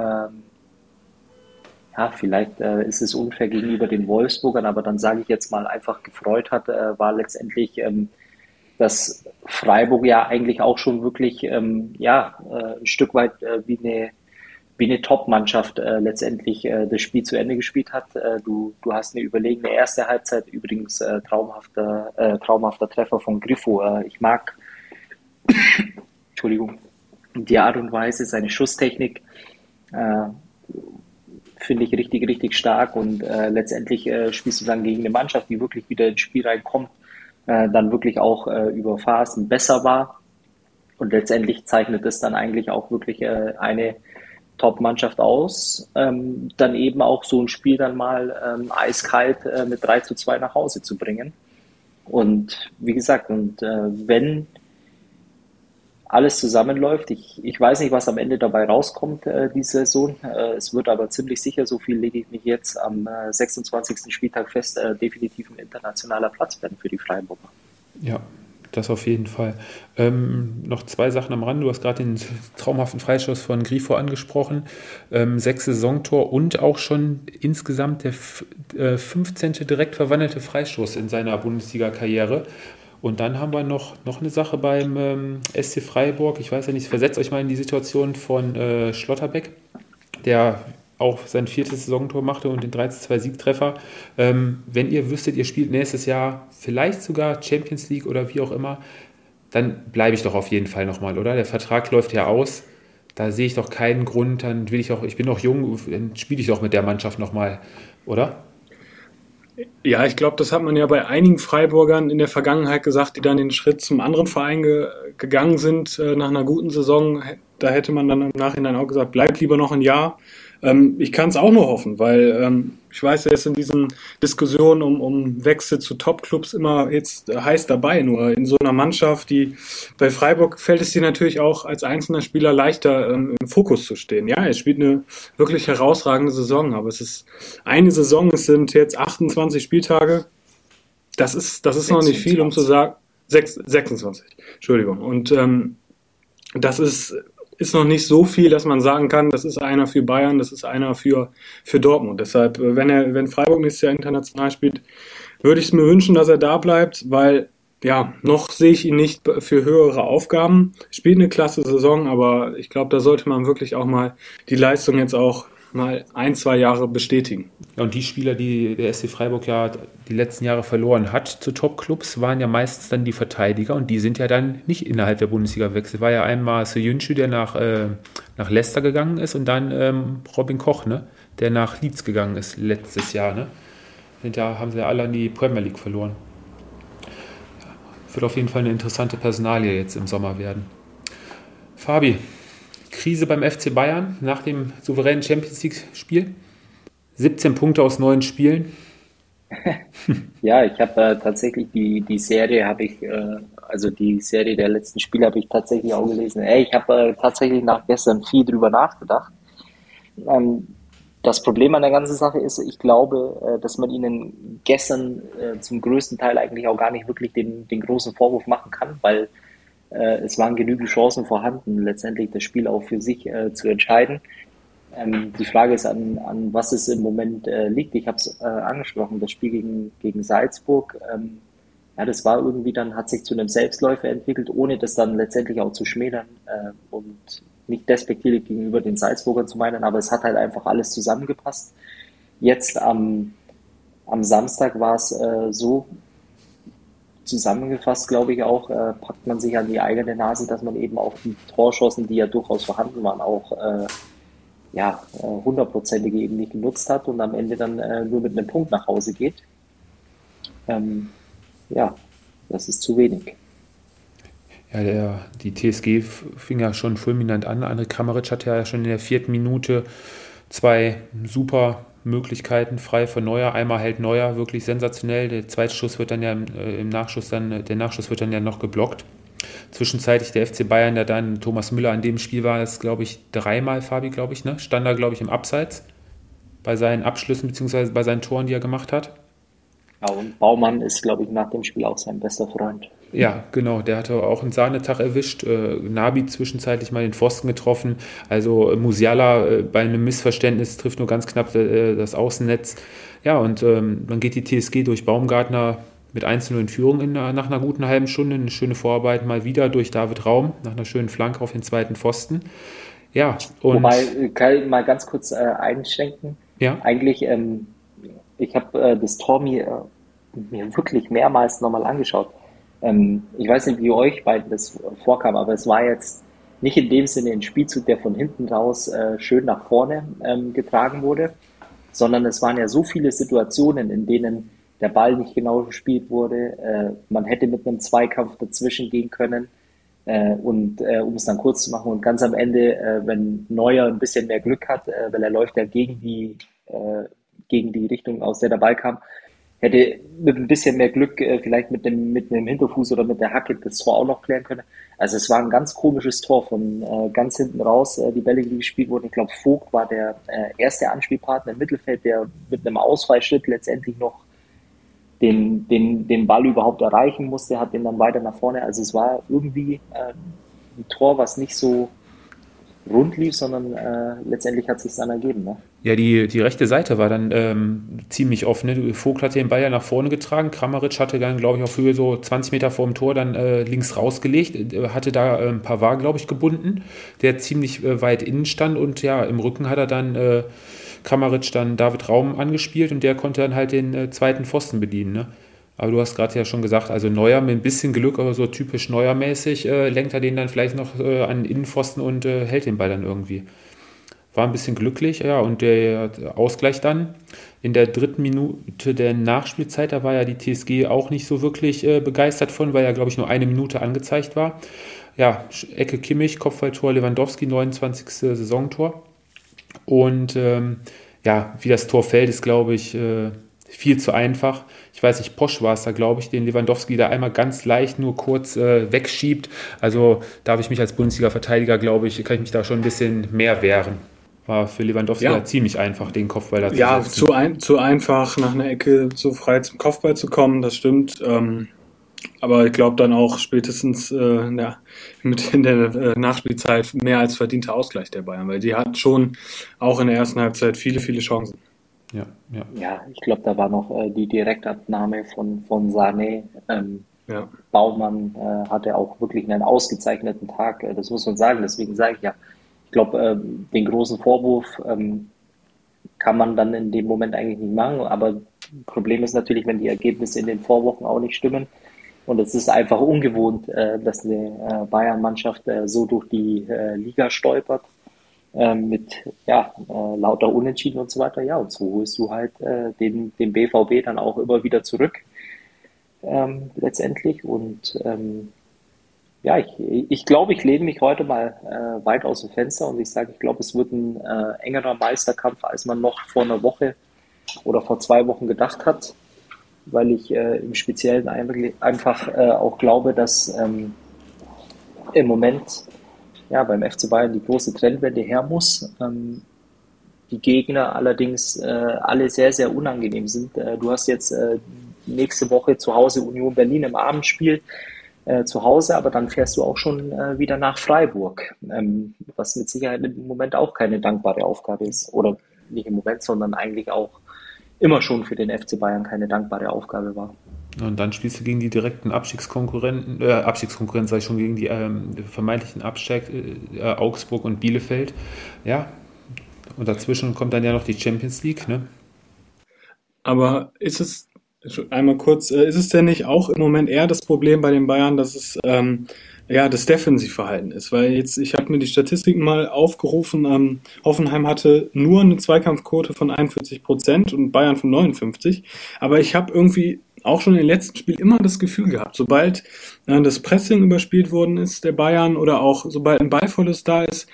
ja, vielleicht äh, ist es unfair gegenüber den Wolfsburgern, aber dann sage ich jetzt mal einfach gefreut hat, äh, war letztendlich, ähm, dass Freiburg ja eigentlich auch schon wirklich, ähm, ja, äh, ein Stück weit äh, wie eine, wie eine Top-Mannschaft äh, letztendlich äh, das Spiel zu Ende gespielt hat. Äh, du, du hast eine überlegene erste Halbzeit, übrigens äh, traumhafter, äh, traumhafter Treffer von Griffo. Äh, ich mag Entschuldigung, die Art und Weise, seine Schusstechnik äh, finde ich richtig, richtig stark und äh, letztendlich äh, spielst du dann gegen eine Mannschaft, die wirklich wieder ins Spiel reinkommt, äh, dann wirklich auch äh, über Phasen besser war und letztendlich zeichnet es dann eigentlich auch wirklich äh, eine Top-Mannschaft aus, ähm, dann eben auch so ein Spiel dann mal ähm, eiskalt äh, mit drei zu zwei nach Hause zu bringen und wie gesagt, und äh, wenn alles zusammenläuft. Ich, ich weiß nicht, was am Ende dabei rauskommt, äh, diese Saison. Äh, es wird aber ziemlich sicher, so viel lege ich mich jetzt am äh, sechsundzwanzigsten Spieltag fest, äh, definitiv ein internationaler Platz werden für die Freiburger. Ja, das auf jeden Fall. Ähm, noch zwei Sachen am Rand. Du hast gerade den traumhaften Freistoß von Grifo angesprochen. Ähm, sechs Saisontor und auch schon insgesamt der f- äh, fünfzehnte direkt verwandelte Freistoß in seiner Bundesliga-Karriere. Und dann haben wir noch, noch eine Sache beim ähm, S C Freiburg. Ich weiß ja nicht, versetzt euch mal in die Situation von äh, Schlotterbeck, der auch sein viertes Saisontor machte und den drei zu zwei Siegtreffer. Ähm, wenn ihr wüsstet, ihr spielt nächstes Jahr vielleicht sogar Champions League oder wie auch immer, dann bleibe ich doch auf jeden Fall nochmal, oder? Der Vertrag läuft ja aus. Da sehe ich doch keinen Grund, dann will ich auch, ich bin noch jung, dann spiele ich doch mit der Mannschaft nochmal, oder? Ja, ich glaube, das hat man ja bei einigen Freiburgern in der Vergangenheit gesagt, die dann den Schritt zum anderen Verein ge- gegangen sind äh, nach einer guten Saison. Da hätte man dann im Nachhinein auch gesagt, bleib lieber noch ein Jahr. Ähm, ich kann es auch nur hoffen, weil ähm, ich weiß, er ist in diesen Diskussionen um, um Wechsel zu Top-Clubs immer jetzt äh, heiß dabei. Nur in so einer Mannschaft, die bei Freiburg fällt es dir natürlich auch als einzelner Spieler leichter ähm, im Fokus zu stehen. Ja, er spielt eine wirklich herausragende Saison, aber es ist eine Saison, es sind jetzt achtundzwanzig Spieltage. Das ist, das ist noch nicht viel, um zu sagen, sechs, sechsundzwanzig, Entschuldigung. Und ähm, das ist ist noch nicht so viel, dass man sagen kann, das ist einer für Bayern, das ist einer für, für Dortmund. Deshalb, wenn er, wenn Freiburg nächstes Jahr international spielt, würde ich es mir wünschen, dass er da bleibt, weil, ja, noch sehe ich ihn nicht für höhere Aufgaben. Spielt eine klasse Saison, aber ich glaube, da sollte man wirklich auch mal die Leistung jetzt auch mal ein, zwei Jahre bestätigen. Ja, und die Spieler, die der S C Freiburg ja die letzten Jahre verloren hat zu Top-Clubs, waren ja meistens dann die Verteidiger und die sind ja dann nicht innerhalb der Bundesliga gewechselt. War ja einmal Söyüncü, der nach, äh, nach Leicester gegangen ist und dann ähm, Robin Koch, ne, der nach Leeds gegangen ist letztes Jahr. Ne? Da haben sie ja alle an die Premier League verloren. Ja, wird auf jeden Fall eine interessante Personalie jetzt im Sommer werden. Fabi, Krise beim F C Bayern nach dem souveränen Champions League-Spiel. siebzehn Punkte aus neun Spielen. Ja, ich habe äh, tatsächlich die, die Serie, habe ich, äh, also die Serie der letzten Spiele habe ich tatsächlich auch gelesen. Ey, ich habe äh, tatsächlich nach gestern viel drüber nachgedacht. Ähm, das Problem an der ganzen Sache ist, ich glaube, äh, dass man ihnen gestern äh, zum größten Teil eigentlich auch gar nicht wirklich den, den großen Vorwurf machen kann, weil es waren genügend Chancen vorhanden, letztendlich das Spiel auch für sich äh, zu entscheiden. Ähm, die Frage ist, an, an was es im Moment äh, liegt. Ich habe es äh, angesprochen, das Spiel gegen, gegen Salzburg. Ähm, ja, das war irgendwie dann, hat sich zu einem Selbstläufer entwickelt, ohne das dann letztendlich auch zu schmälern äh, und nicht despektierlich gegenüber den Salzburgern zu meinen, aber es hat halt einfach alles zusammengepasst. Jetzt am, am Samstag war es äh, so, zusammengefasst, glaube ich auch, äh, packt man sich an die eigene Nase, dass man eben auch die Torchancen, die ja durchaus vorhanden waren, auch äh, ja, äh, hundertprozentige eben nicht genutzt hat und am Ende dann äh, nur mit einem Punkt nach Hause geht. Ähm, ja, das ist zu wenig. Ja, der, die T S G fing ja schon fulminant an. André Kramaric hatte ja schon in der vierten Minute zwei super Möglichkeiten frei von Neuer. Einmal hält Neuer wirklich sensationell. Der zweite Schuss wird dann ja äh, im Nachschuss dann, der Nachschuss wird dann ja noch geblockt. Zwischenzeitlich der F C Bayern, der dann Thomas Müller an dem Spiel war, ist, glaube ich, dreimal, Fabi, glaube ich, ne? Stand da, glaube ich, im Abseits bei seinen Abschlüssen bzw. bei seinen Toren, die er gemacht hat. Ja, und Baumann ist, glaube ich, nach dem Spiel auch sein bester Freund. Ja, genau, der hatte auch einen Sahnetag erwischt. Äh, Nabi zwischenzeitlich mal den Pfosten getroffen. Also äh, Musiala äh, bei einem Missverständnis trifft nur ganz knapp äh, das Außennetz. Ja, und ähm, dann geht die T S G durch Baumgartner mit eins zu null in Führung in, nach einer guten halben Stunde. Eine schöne Vorarbeit mal wieder durch David Raum nach einer schönen Flanke auf den zweiten Pfosten. Ja, und Wobei, kann ich mal ganz kurz äh, einschränken? Ja. Eigentlich, ähm, ich habe äh, das Tor mir, äh, mir wirklich mehrmals nochmal angeschaut. Ähm, ich weiß nicht, wie euch beiden das vorkam, aber es war jetzt nicht in dem Sinne ein Spielzug, der von hinten raus äh, schön nach vorne ähm, getragen wurde, sondern es waren ja so viele Situationen, in denen der Ball nicht genau gespielt wurde. Äh, man hätte mit einem Zweikampf dazwischen gehen können. Äh, und äh, um es dann kurz zu machen, und ganz am Ende, äh, wenn Neuer ein bisschen mehr Glück hat, äh, weil er läuft ja gegen die, äh, gegen die Richtung, aus der der Ball kam, hätte mit ein bisschen mehr Glück äh, vielleicht mit dem, mit dem Hinterfuß oder mit der Hacke das Tor auch noch klären können. Also es war ein ganz komisches Tor von äh, ganz hinten raus, äh, die Bälle, die gespielt wurden. Ich glaube, Vogt war der äh, erste Anspielpartner im Mittelfeld, der mit einem Ausfallschritt letztendlich noch den, den, den Ball überhaupt erreichen musste, hat den dann weiter nach vorne. Also es war irgendwie äh, ein Tor, was nicht so rund lief, sondern äh, letztendlich hat es sich dann ergeben. Ne? Ja, die, die rechte Seite war dann ähm, ziemlich offen. Ne? Vogt hat den Ball ja nach vorne getragen. Kramaric hatte dann, glaube ich, auf Höhe so zwanzig Meter vor dem Tor dann äh, links rausgelegt. Äh, hatte da äh, Pavard, glaube ich, gebunden, der ziemlich äh, weit innen stand. Und ja, im Rücken hat er dann äh, Kramaric dann David Raum angespielt und der konnte dann halt den äh, zweiten Pfosten bedienen. Ne? Aber du hast gerade ja schon gesagt, also Neuer mit ein bisschen Glück, aber so typisch Neuer-mäßig, äh, lenkt er den dann vielleicht noch äh, an den Innenpfosten und äh, hält den Ball dann irgendwie. War ein bisschen glücklich, ja, und der Ausgleich dann in der dritten Minute der Nachspielzeit, da war ja die T S G auch nicht so wirklich äh, begeistert von, weil ja, glaube ich, nur eine Minute angezeigt war. Ja, Ecke Kimmich, Kopfballtor Lewandowski, neunundzwanzigste Saisontor. Und ähm, ja, wie das Tor fällt, ist, glaube ich, äh, viel zu einfach. Ich weiß nicht, Posch war es da, glaube ich, den Lewandowski da einmal ganz leicht nur kurz äh, wegschiebt. Also darf ich mich als Bundesliga-Verteidiger, glaube ich, kann ich mich da schon ein bisschen mehr wehren. War für Lewandowski ja. ziemlich einfach, den Kopfball da zu Ja, setzen. zu, ein, zu einfach nach einer Ecke so frei zum Kopfball zu kommen, das stimmt. Ähm, aber ich glaube dann auch spätestens äh, ja, mit in der äh, Nachspielzeit mehr als verdienter Ausgleich der Bayern, weil die hatten schon auch in der ersten Halbzeit viele, viele Chancen. Ja, ja. Ja, ich glaube, da war noch äh, die Direktabnahme von, von Sané. Ähm, ja. Baumann äh, hatte auch wirklich einen ausgezeichneten Tag, äh, das muss man sagen. Deswegen sage ich ja, ich glaube, äh, den großen Vorwurf ähm, kann man dann in dem Moment eigentlich nicht machen. Aber Problem ist natürlich, wenn die Ergebnisse in den Vorwochen auch nicht stimmen. Und es ist einfach ungewohnt, äh, dass eine äh, Bayern-Mannschaft äh, so durch die äh, Liga stolpert. Mit ja, äh, lauter Unentschieden und so weiter. Ja, und so holst du halt äh, den, den B V B dann auch immer wieder zurück, ähm, letztendlich. Und ähm, ja, ich, ich glaube, ich lehne mich heute mal äh, weit aus dem Fenster und ich sage, ich glaube, es wird ein äh, engerer Meisterkampf, als man noch vor einer Woche oder vor zwei Wochen gedacht hat, weil ich äh, im Speziellen einfach äh, auch glaube, dass ähm, im Moment ja, beim F C Bayern die große Trendwende her muss. Ähm, die Gegner allerdings äh, alle sehr, sehr unangenehm sind. Äh, du hast jetzt äh, nächste Woche zu Hause Union Berlin im Abendspiel äh, zu Hause, aber dann fährst du auch schon äh, wieder nach Freiburg, ähm, was mit Sicherheit im Moment auch keine dankbare Aufgabe ist. Oder nicht im Moment, sondern eigentlich auch immer schon für den F C Bayern keine dankbare Aufgabe war. Und dann spielst du gegen die direkten Abstiegskonkurrenten, äh, Abstiegskonkurrenten, sage ich schon, gegen die ähm, vermeintlichen Absteig, äh, Augsburg und Bielefeld. Ja, und dazwischen kommt dann ja noch die Champions League, ne? Aber ist es Einmal kurz, äh, ist es denn nicht auch im Moment eher das Problem bei den Bayern, dass es ähm, ja das Defensivverhalten ist? Weil jetzt, ich habe mir die Statistiken mal aufgerufen, ähm, Hoffenheim hatte nur eine Zweikampfquote von einundvierzig Prozent und Bayern von neunundfünfzig. Aber ich habe irgendwie auch schon im letzten Spiel immer das Gefühl gehabt, sobald äh, das Pressing überspielt worden ist, der Bayern, oder auch sobald ein Ballverlust da ist,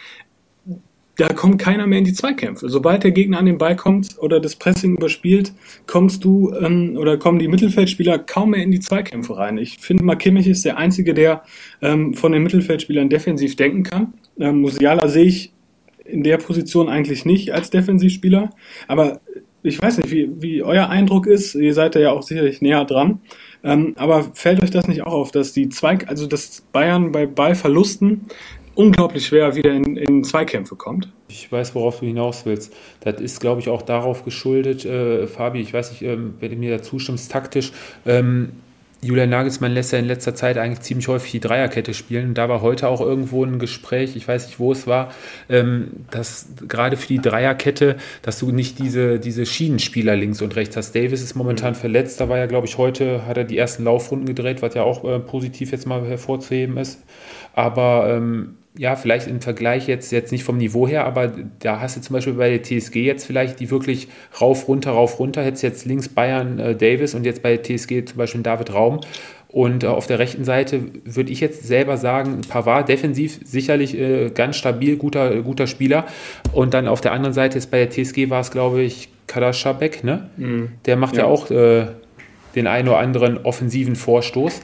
da kommt keiner mehr in die Zweikämpfe. Sobald der Gegner an den Ball kommt oder das Pressing überspielt, kommst du ähm, oder kommen die Mittelfeldspieler kaum mehr in die Zweikämpfe rein. Ich finde, Marc Kimmich ist der Einzige, der ähm, von den Mittelfeldspielern defensiv denken kann. Ähm, Musiala sehe ich in der Position eigentlich nicht als Defensivspieler. Aber ich weiß nicht, wie, wie euer Eindruck ist. Ihr seid da ja auch sicherlich näher dran. Ähm, aber fällt euch das nicht auch auf, dass die Zweik, also dass Bayern bei Ballverlusten unglaublich schwer wieder in, in Zweikämpfe kommt? Ich weiß, worauf du hinaus willst. Das ist, glaube ich, auch darauf geschuldet, äh, Fabi, ich weiß nicht, ähm, wenn du mir da zustimmst, taktisch, ähm, Julian Nagelsmann lässt ja in letzter Zeit eigentlich ziemlich häufig die Dreierkette spielen. Und da war heute auch irgendwo ein Gespräch, ich weiß nicht, wo es war, ähm, dass gerade für die Dreierkette, dass du nicht diese, diese Schienenspieler links und rechts hast. Davis ist momentan verletzt, da war ja, glaube ich, heute hat er die ersten Laufrunden gedreht, was ja auch äh, positiv jetzt mal hervorzuheben ist. Aber ähm, ja, vielleicht im Vergleich jetzt, jetzt nicht vom Niveau her, aber da hast du zum Beispiel bei der T S G jetzt vielleicht die wirklich rauf, runter, rauf, runter, hättest jetzt links Bayern äh, Davis und jetzt bei der T S G zum Beispiel David Raum. Und äh, auf der rechten Seite würde ich jetzt selber sagen, Pavard defensiv sicherlich äh, ganz stabil, guter, guter Spieler. Und dann auf der anderen Seite ist bei der T S G war es, glaube ich, Kaderschabek, ne? Mhm. Der macht ja, ja auch äh, den einen oder anderen offensiven Vorstoß.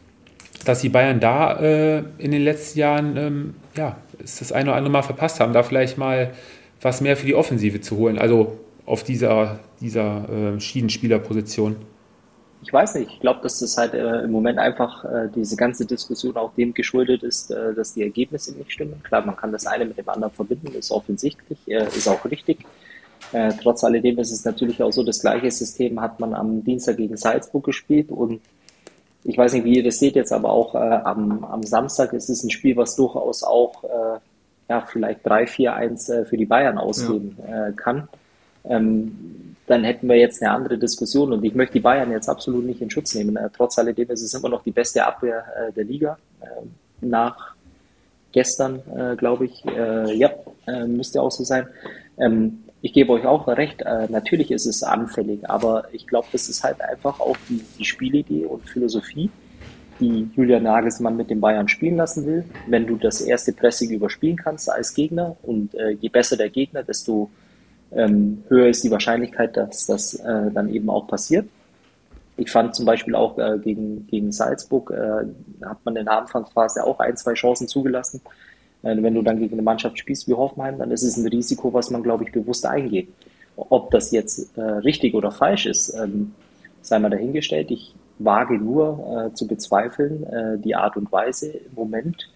Dass die Bayern da äh, in den letzten Jahren ähm, ja, das eine oder andere Mal verpasst haben, da vielleicht mal was mehr für die Offensive zu holen, also auf dieser, dieser äh, Schienenspielerposition. Ich weiß nicht, ich glaube, dass das halt äh, im Moment einfach äh, diese ganze Diskussion auch dem geschuldet ist, äh, dass die Ergebnisse nicht stimmen. Klar, man kann das eine mit dem anderen verbinden, ist offensichtlich, äh, ist auch richtig. Äh, trotz alledem ist es natürlich auch so, das gleiche System hat man am Dienstag gegen Salzburg gespielt und ich weiß nicht, wie ihr das seht jetzt, aber auch äh, am, am Samstag ist es ein Spiel, was durchaus auch äh, ja, vielleicht drei vier eins äh, für die Bayern ausgehen ja. äh, kann. Ähm, dann hätten wir jetzt eine andere Diskussion und ich möchte die Bayern jetzt absolut nicht in Schutz nehmen. Äh, trotz alledem ist es immer noch die beste Abwehr äh, der Liga. Äh, nach gestern, äh, glaube ich. Äh, ja, äh, müsste auch so sein. Ähm, Ich gebe euch auch recht, äh, natürlich ist es anfällig, aber ich glaube, das ist halt einfach auch die, die Spielidee und Philosophie, die Julian Nagelsmann mit den Bayern spielen lassen will. Wenn du das erste Pressing überspielen kannst als Gegner und äh, je besser der Gegner, desto ähm, höher ist die Wahrscheinlichkeit, dass das äh, dann eben auch passiert. Ich fand zum Beispiel auch äh, gegen, gegen Salzburg, äh, hat man in der Anfangsphase auch ein, zwei Chancen zugelassen. Wenn du dann gegen eine Mannschaft spielst wie Hoffenheim, dann ist es ein Risiko, was man, glaube ich, bewusst eingeht. Ob das jetzt äh, richtig oder falsch ist, ähm, sei mal dahingestellt. Ich wage nur äh, zu bezweifeln, äh, die Art und Weise im Moment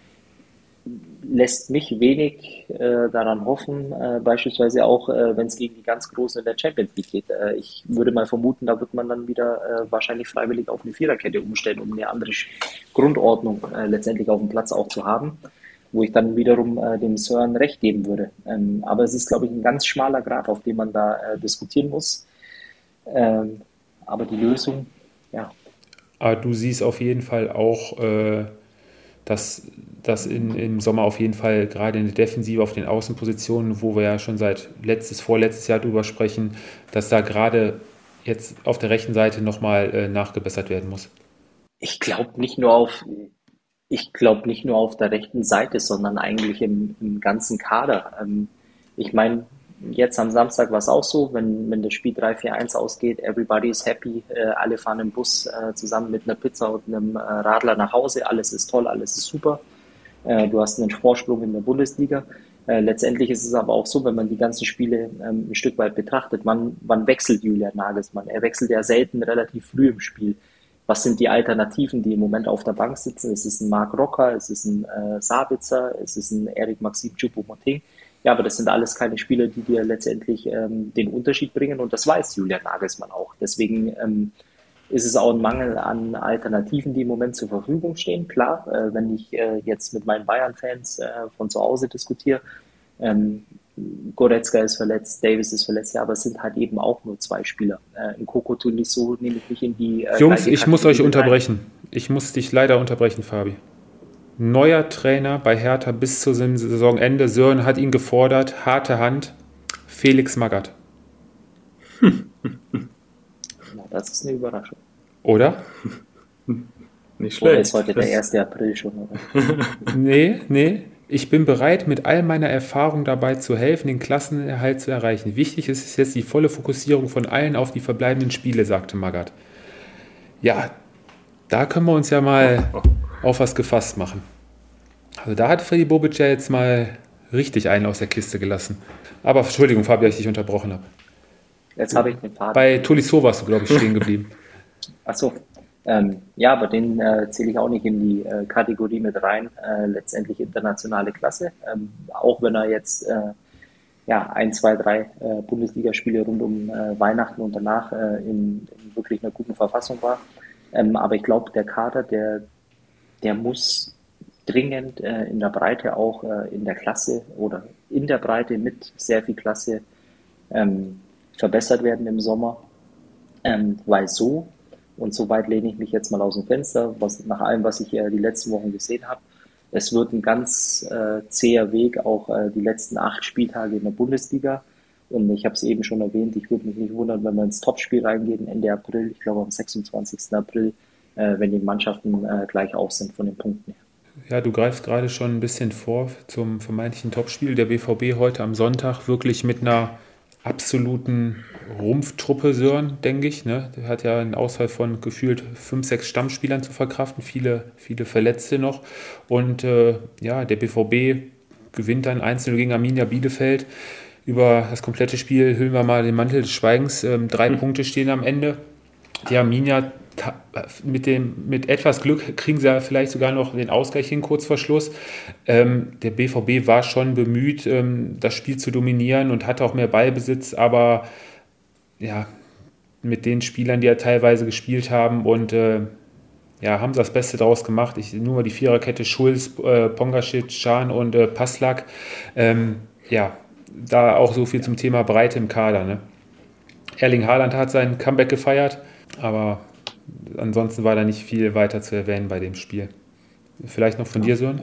lässt mich wenig äh, daran hoffen, äh, beispielsweise auch, äh, wenn es gegen die ganz Großen in der Champions League geht. Äh, ich würde mal vermuten, da wird man dann wieder äh, wahrscheinlich freiwillig auf eine Viererkette umstellen, um eine andere Grundordnung äh, letztendlich auf dem Platz auch zu haben, wo ich dann wiederum äh, dem Sören recht geben würde. Ähm, aber es ist, glaube ich, ein ganz schmaler Grat, auf dem man da äh, diskutieren muss. Ähm, aber die Lösung, ja. Aber du siehst auf jeden Fall auch, äh, dass, dass in, im Sommer auf jeden Fall gerade in der Defensive auf den Außenpositionen, wo wir ja schon seit letztes, vorletztes Jahr drüber sprechen, dass da gerade jetzt auf der rechten Seite nochmal äh, nachgebessert werden muss. Ich glaube nicht nur auf... Ich glaube nicht nur auf der rechten Seite, sondern eigentlich im, im ganzen Kader. Ähm, ich meine, jetzt am Samstag war es auch so, wenn, wenn das Spiel drei vier eins ausgeht, everybody is happy, äh, alle fahren im Bus äh, zusammen mit einer Pizza und einem äh, Radler nach Hause, alles ist toll, alles ist super. Äh, du hast einen Vorsprung in der Bundesliga. Äh, letztendlich ist es aber auch so, wenn man die ganzen Spiele ähm, ein Stück weit betrachtet, wann, wann wechselt Julian Nagelsmann? Er wechselt ja selten relativ früh im Spiel. Was sind die Alternativen, die im Moment auf der Bank sitzen? Es ist ein Marc Rocker, es ist ein äh, Sabitzer, es ist ein Eric Maxim Choupo-Moting. Ja, aber das sind alles keine Spieler, die dir letztendlich ähm, den Unterschied bringen und das weiß Julian Nagelsmann auch. Deswegen ähm, ist es auch ein Mangel an Alternativen, die im Moment zur Verfügung stehen. Klar, äh, wenn ich äh, jetzt mit meinen Bayern-Fans äh, von zu Hause diskutiere, ähm, Goretzka ist verletzt, Davis ist verletzt, ja, aber es sind halt eben auch nur zwei Spieler. Äh, in Coco Tolisso nehme ich nicht in die äh, Jungs, ich muss euch Kategorie unterbrechen. Ich muss dich leider unterbrechen, Fabi. Neuer Trainer bei Hertha bis zu Saisonende. Sören hat ihn gefordert. Harte Hand. Felix Magath. Hm. Na, das ist eine Überraschung. Oder? Nicht schlecht. Oder ist heute der erste April schon, oder? Nee, nee. Ich bin bereit, mit all meiner Erfahrung dabei zu helfen, den Klassenerhalt zu erreichen. Wichtig ist es jetzt die volle Fokussierung von allen auf die verbleibenden Spiele, sagte Magath. Ja, da können wir uns ja mal auf was gefasst machen. Also da hat Freddy Bobic ja jetzt mal richtig einen aus der Kiste gelassen. Aber Entschuldigung, Fabi, dass ich dich unterbrochen habe. Jetzt habe ich den Faden. Bei Tolisso warst du, glaube ich, stehen geblieben. Achso. Ähm, ja, aber den äh, zähle ich auch nicht in die äh, Kategorie mit rein. Äh, letztendlich internationale Klasse. Ähm, auch wenn er jetzt äh, ja, ein, zwei, drei äh, Bundesligaspiele rund um äh, Weihnachten und danach äh, in, in wirklich einer guten Verfassung war. Ähm, aber ich glaube, der Kader, der, der muss dringend äh, in der Breite auch äh, in der Klasse oder in der Breite mit sehr viel Klasse ähm, verbessert werden im Sommer. Ähm, weil so, und so weit lehne ich mich jetzt mal aus dem Fenster, was, nach allem, was ich äh, die letzten Wochen gesehen habe, es wird ein ganz äh, zäher Weg, auch äh, die letzten acht Spieltage in der Bundesliga. Und ich habe es eben schon erwähnt, ich würde mich nicht wundern, wenn wir ins Topspiel reingehen Ende April, ich glaube am sechsundzwanzigsten April, äh, wenn die Mannschaften äh, gleich auf sind von den Punkten her. Ja, du greifst gerade schon ein bisschen vor zum vermeintlichen Topspiel. Der B V B heute am Sonntag wirklich mit einer absoluten Rumpftruppe, Sören, denke ich. Ne? Der hat ja einen Ausfall von gefühlt fünf, sechs Stammspielern zu verkraften, viele, viele Verletzte noch. Und äh, ja, der B V B gewinnt dann eins zu null gegen Arminia Bielefeld. Über das komplette Spiel hüllen wir mal den Mantel des Schweigens. Ähm, drei mhm. Punkte stehen am Ende. Die Arminia mit, dem, mit etwas Glück kriegen sie ja vielleicht sogar noch den Ausgleich hin, kurz vor Schluss. Ähm, der B V B war schon bemüht, ähm, das Spiel zu dominieren und hatte auch mehr Ballbesitz, aber ja, mit den Spielern, die ja teilweise gespielt haben und äh, ja, haben sie das Beste daraus gemacht. Ich, nur mal die Viererkette Schulz, äh, Pongacic, Can und äh, Passlack. Ähm, ja, da auch so viel zum Thema Breite im Kader. Ne? Erling Haaland hat sein Comeback gefeiert, aber ansonsten war da nicht viel weiter zu erwähnen bei dem Spiel. Vielleicht noch von dir, Sören?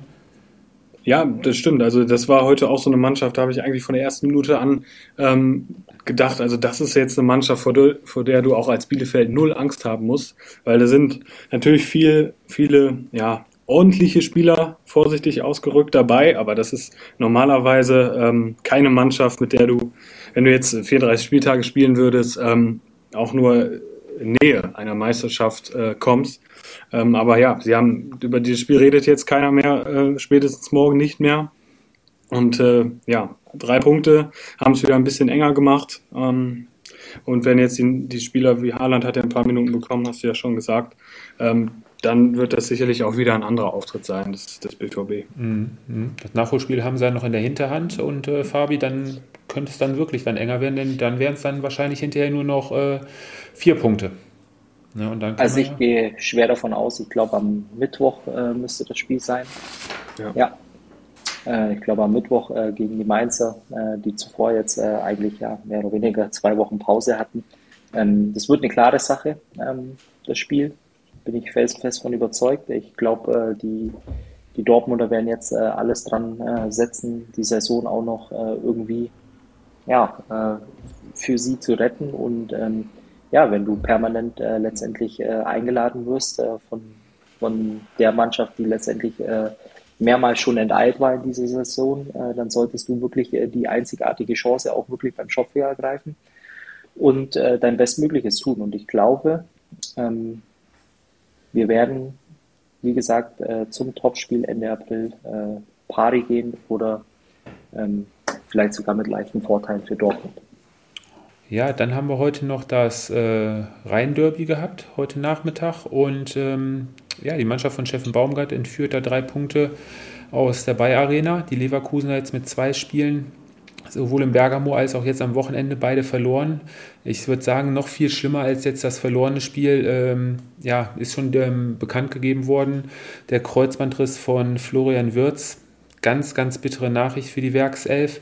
Ja, das stimmt. Also das war heute auch so eine Mannschaft, da habe ich eigentlich von der ersten Minute an ähm, gedacht, also das ist jetzt eine Mannschaft, vor der, vor der du auch als Bielefeld null Angst haben musst, weil da sind natürlich viel, viele, ja, ordentliche Spieler, vorsichtig ausgerückt dabei, aber das ist normalerweise ähm, keine Mannschaft, mit der du, wenn du jetzt vierunddreißig Spieltage spielen würdest, ähm, auch nur in Nähe einer Meisterschaft äh, kommst. Ähm, aber ja, sie haben, über dieses Spiel redet jetzt keiner mehr, äh, spätestens morgen nicht mehr. Und äh, ja, drei Punkte haben es wieder ein bisschen enger gemacht. Ähm, und wenn jetzt die, die Spieler wie Haaland hat ja ein paar Minuten bekommen, hast du ja schon gesagt, ähm, dann wird das sicherlich auch wieder ein anderer Auftritt sein, das, das B V B. Das Nachholspiel haben sie ja noch in der Hinterhand und äh, Fabi, dann könnte es dann wirklich dann enger werden, denn dann wären es dann wahrscheinlich hinterher nur noch äh, vier Punkte. Ja, und dann also ich ja gehe schwer davon aus, ich glaube am Mittwoch äh, müsste das Spiel sein. Ja. ja. Äh, ich glaube am Mittwoch äh, gegen die Mainzer, äh, die zuvor jetzt äh, eigentlich ja mehr oder weniger zwei Wochen Pause hatten. Ähm, das wird eine klare Sache, ähm, das Spiel. Bin ich felsenfest von überzeugt. Ich glaube, äh, die, die Dortmunder werden jetzt äh, alles dran äh, setzen, die Saison auch noch äh, irgendwie ja, äh, für sie zu retten. Und ähm, ja, wenn du permanent äh, letztendlich äh, eingeladen wirst äh, von, von der Mannschaft, die letztendlich äh, mehrmals schon enteilt war in dieser Saison, äh, dann solltest du wirklich äh, die einzigartige Chance auch wirklich beim Schopf ergreifen und äh, dein Bestmögliches tun. Und ich glaube, ähm, wir werden, wie gesagt, äh, zum Topspiel Ende April äh, pari gehen oder ähm, vielleicht sogar mit leichten Vorteilen für Dortmund. Ja, dann haben wir heute noch das äh, Rhein-Derby gehabt, heute Nachmittag. Und ähm, ja, die Mannschaft von Steffen Baumgart entführt da drei Punkte aus der Bayer Arena. Die Leverkusener jetzt mit zwei Spielen, sowohl im Bergamo als auch jetzt am Wochenende, beide verloren. Ich würde sagen, noch viel schlimmer als jetzt das verlorene Spiel, ähm, ja, ist schon ähm, bekannt gegeben worden. Der Kreuzbandriss von Florian Wirtz. Ganz, ganz bittere Nachricht für die Werkself.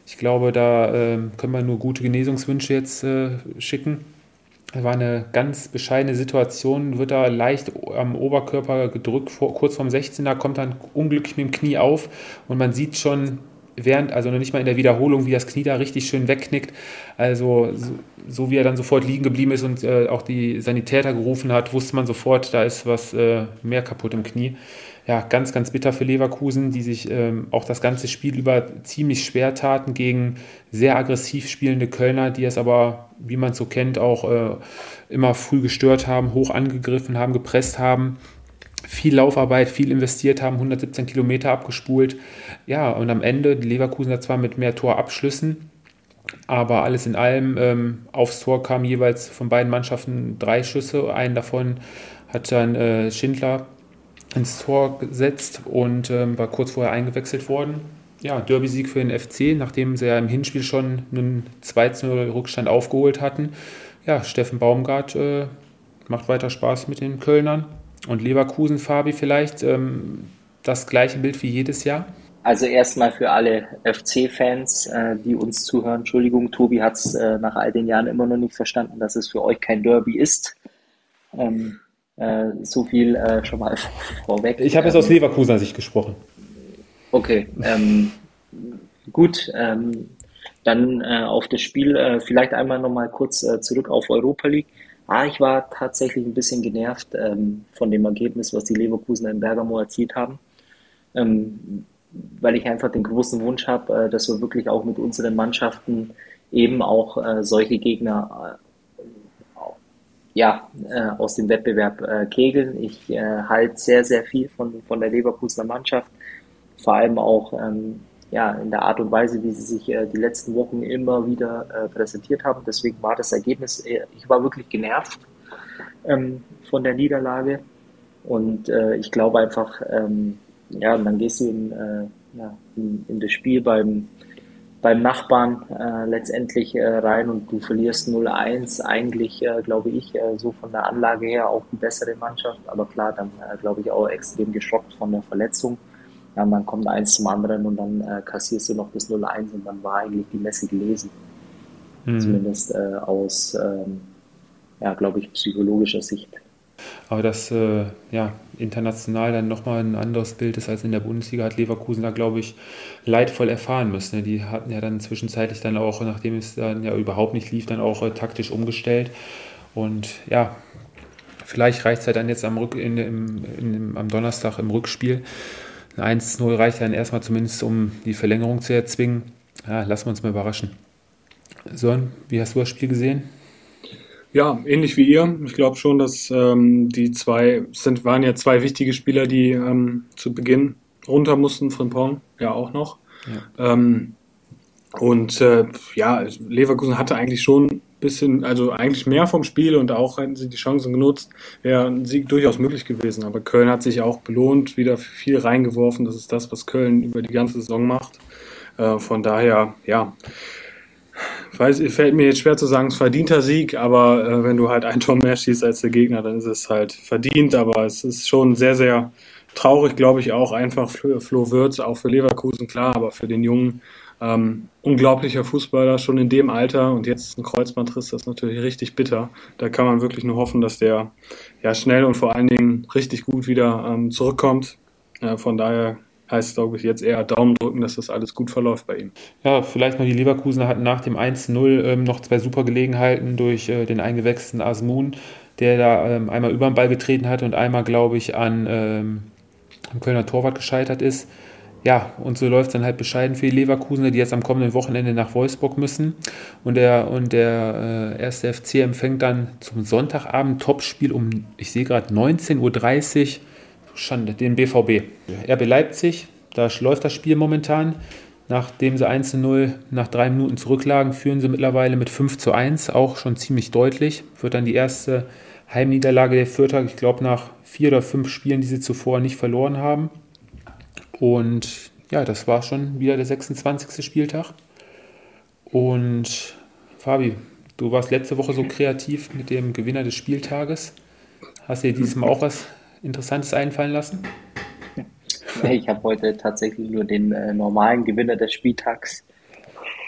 Ich glaube, da äh, können wir nur gute Genesungswünsche jetzt äh, schicken. Es war eine ganz bescheidene Situation, wird da leicht am Oberkörper gedrückt, vor, kurz vorm sechzehner, kommt dann unglücklich mit dem Knie auf und man sieht schon während, also noch nicht mal in der Wiederholung, wie das Knie da richtig schön wegknickt. Also so, so wie er dann sofort liegen geblieben ist und äh, auch die Sanitäter gerufen hat, wusste man sofort, da ist was äh, mehr kaputt im Knie. Ja, ganz, ganz bitter für Leverkusen, die sich ähm, auch das ganze Spiel über ziemlich schwer taten gegen sehr aggressiv spielende Kölner, die es aber, wie man es so kennt, auch äh, immer früh gestört haben, hoch angegriffen haben, gepresst haben, viel Laufarbeit, viel investiert haben, hundertsiebzehn Kilometer abgespult. Ja, und am Ende, die Leverkusener zwar mit mehr Torabschlüssen, aber alles in allem, ähm, aufs Tor kamen jeweils von beiden Mannschaften drei Schüsse. Einen davon hat dann äh, Schindler ins Tor gesetzt und ähm, war kurz vorher eingewechselt worden. Ja, Derby-Sieg für den F C, nachdem sie ja im Hinspiel schon einen zwei zu null Rückstand aufgeholt hatten. Ja, Steffen Baumgart äh, macht weiter Spaß mit den Kölnern. Und Leverkusen, Fabi, vielleicht ähm, das gleiche Bild wie jedes Jahr? Also erstmal für alle F C-Fans, äh, die uns zuhören, Entschuldigung, Tobi hat es äh, nach all den Jahren immer noch nicht verstanden, dass es für euch kein Derby ist. Ähm, Äh, so viel äh, schon mal vorweg. Ich habe jetzt ähm, aus Leverkusener Sicht gesprochen. Okay, ähm, gut. Ähm, dann äh, auf das Spiel äh, vielleicht einmal nochmal kurz äh, zurück auf Europa League. Ah, ich war tatsächlich ein bisschen genervt ähm, von dem Ergebnis, was die Leverkusener in Bergamo erzielt haben, ähm, weil ich einfach den großen Wunsch habe, äh, dass wir wirklich auch mit unseren Mannschaften eben auch äh, solche Gegner äh, ja, äh, aus dem Wettbewerb äh, kegeln. Ich äh, halte sehr, sehr viel von, von der Leverkusener Mannschaft, vor allem auch ähm, ja, in der Art und Weise, wie sie sich äh, die letzten Wochen immer wieder äh, präsentiert haben. Deswegen war das Ergebnis, äh, ich war wirklich genervt ähm, von der Niederlage und äh, ich glaube einfach, ähm, ja, und dann gehst du in, äh, ja, in, in das Spiel beim beim Nachbarn äh, letztendlich äh, rein und du verlierst null eins, eigentlich äh, glaube ich äh, so von der Anlage her auch die bessere Mannschaft, aber klar, dann äh, glaube ich auch extrem geschockt von der Verletzung. Ja, und dann kommt eins zum anderen und dann äh, kassierst du noch das null eins und dann war eigentlich die Messe gelesen. Mhm. Zumindest äh, aus, ähm, ja, glaube ich, psychologischer Sicht. Aber das äh, ja, international dann nochmal ein anderes Bild ist als in der Bundesliga, hat Leverkusen da, glaube ich, leidvoll erfahren müssen. Die hatten ja dann zwischenzeitlich dann auch, nachdem es dann ja überhaupt nicht lief, dann auch äh, taktisch umgestellt. Und ja, vielleicht reicht es ja dann jetzt am, Rück, in, im, in, am Donnerstag im Rückspiel. Ein eins zu null reicht dann erstmal zumindest, um die Verlängerung zu erzwingen. Ja, lassen wir uns mal überraschen. Sören, wie hast du das Spiel gesehen? Ja, ähnlich wie ihr. Ich glaube schon, dass ähm, die zwei, sind, waren ja zwei wichtige Spieler, die ähm, zu Beginn runter mussten, Frimpong ja auch noch. Ja. Ähm, und äh, ja, Leverkusen hatte eigentlich schon ein bisschen, also eigentlich mehr vom Spiel und auch hätten sie die Chancen genutzt, wäre ein Sieg durchaus möglich gewesen. Aber Köln hat sich auch belohnt, wieder viel reingeworfen. Das ist das, was Köln über die ganze Saison macht. Äh, von daher, ja, Ich weiß, fällt mir jetzt schwer zu sagen, es ist verdienter Sieg, aber äh, wenn du halt ein Tor mehr schießt als der Gegner, dann ist es halt verdient, aber es ist schon sehr, sehr traurig, glaube ich, auch einfach für Flo Wirtz, auch für Leverkusen, klar, aber für den Jungen, ähm, unglaublicher Fußballer, schon in dem Alter und jetzt ein Kreuzbandriss, das ist natürlich richtig bitter. Da kann man wirklich nur hoffen, dass der ja schnell und vor allen Dingen richtig gut wieder ähm, zurückkommt. Äh, von daher heißt, glaube ich, jetzt eher Daumen drücken, dass das alles gut verläuft bei ihm. Ja, vielleicht noch die Leverkusener hatten nach dem eins zu null ähm, noch zwei super Gelegenheiten durch äh, den eingewechselten Asmun, der da ähm, einmal über den Ball getreten hat und einmal, glaube ich, an ähm, am Kölner Torwart gescheitert ist. Ja, und so läuft es dann halt bescheiden für die Leverkusener, die jetzt am kommenden Wochenende nach Wolfsburg müssen. Und der, und der äh, erste F C empfängt dann zum Sonntagabend Topspiel um, ich sehe gerade, neunzehn Uhr dreißig Schande, den B V B. R B Leipzig, da läuft das Spiel momentan. Nachdem sie eins zu null nach drei Minuten zurücklagen, führen sie mittlerweile mit fünf zu eins, auch schon ziemlich deutlich. Wird dann die erste Heimniederlage der Fürther, ich glaube nach vier oder fünf Spielen, die sie zuvor nicht verloren haben. Und ja, das war schon wieder der sechsundzwanzigste Spieltag. Und Fabi, du warst letzte Woche so kreativ mit dem Gewinner des Spieltages. Hast dir dieses Mal auch was Interessantes einfallen lassen? Ich habe heute tatsächlich nur den äh, normalen Gewinner des Spieltags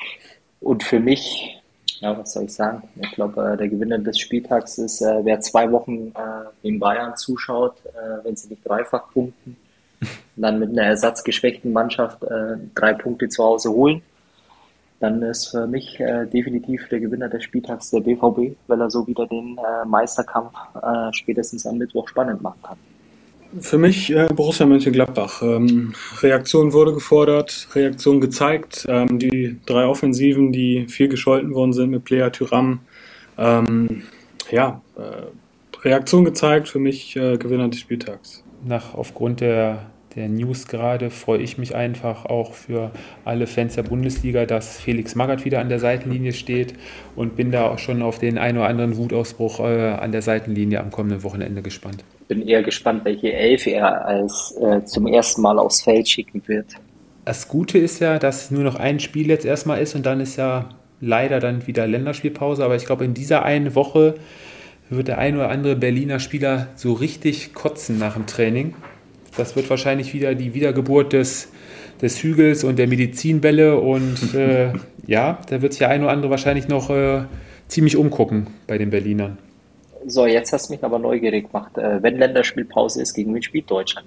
Und für mich, ja, was soll ich sagen? Ich glaube, der Gewinner des Spieltags ist, wer zwei Wochen in Bayern zuschaut, wenn sie nicht dreifach punkten, und dann mit einer ersatzgeschwächten Mannschaft drei Punkte zu Hause holen. Dann ist für mich äh, definitiv der Gewinner des Spieltags der B V B, weil er so wieder den äh, Meisterkampf äh, spätestens am Mittwoch spannend machen kann. Für mich äh, Borussia Mönchengladbach. Ähm, Reaktion wurde gefordert, Reaktion gezeigt. Ähm, die drei Offensiven, die viel gescholten worden sind mit Plea, Thuram. Ähm, ja, äh, Reaktion gezeigt, für mich äh, Gewinner des Spieltags. Nach aufgrund der der News gerade freue ich mich einfach auch für alle Fans der Bundesliga, dass Felix Magath wieder an der Seitenlinie steht und bin da auch schon auf den einen oder anderen Wutausbruch äh, an der Seitenlinie am kommenden Wochenende gespannt. Bin eher gespannt, welche Elf er als äh, zum ersten Mal aufs Feld schicken wird. Das Gute ist ja, dass nur noch ein Spiel jetzt erstmal ist und dann ist ja leider dann wieder Länderspielpause, aber ich glaube, in dieser einen Woche wird der ein oder andere Berliner Spieler so richtig kotzen nach dem Training. Das wird wahrscheinlich wieder die Wiedergeburt des, des Hügels und der Medizinbälle und äh, ja, da wird sich der ein oder andere wahrscheinlich noch äh, ziemlich umgucken bei den Berlinern. So, jetzt hast du mich aber neugierig gemacht. Äh, wenn Länderspielpause ist, gegen wen spielt Deutschland?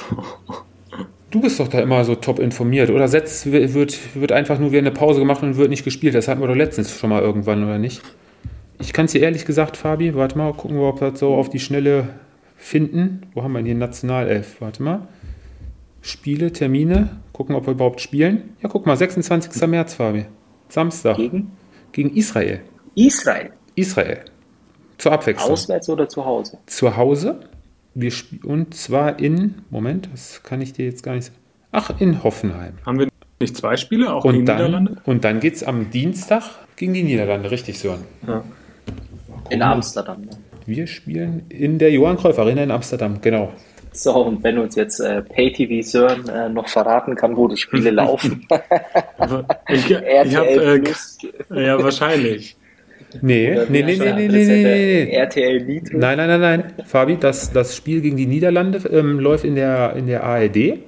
Du bist doch da immer so top informiert, oder? Setz, wird, wird einfach nur wieder eine Pause gemacht und wird nicht gespielt. Das hatten wir doch letztens schon mal irgendwann, oder nicht? Ich kann es dir ehrlich gesagt, Fabi, warte mal, gucken wir, ob das so auf die Schnelle finden. Wo haben wir denn hier Nationalelf? Warte mal. Spiele, Termine. Gucken, ob wir überhaupt spielen. Ja, guck mal, sechsundzwanzigster März, Fabi. Samstag. Gegen? Gegen Israel. Israel? Israel. Zur Abwechslung. Auswärts oder zu Hause? Zu Hause. Wir sp- und zwar in, Moment, das kann ich dir jetzt gar nicht sagen. Ach, in Hoffenheim. Haben wir nicht zwei Spiele, auch und gegen dann, Niederlande? Und dann geht es am Dienstag gegen die Niederlande, richtig, Sören. Ja. In Amsterdam. Ne? Wir spielen in der Johann Cruyff Arena in Amsterdam, genau. So, und wenn uns jetzt äh, Pay-T V Sören äh, noch verraten kann, wo die Spiele laufen. ich ich habe äh, ja wahrscheinlich. Nee, nee, nee, nee, nee, nee, nee, nee. R T L Nitro. Nein, nein, nein, nein. Fabi, das, das Spiel gegen die Niederlande ähm, läuft in der, in der A R D.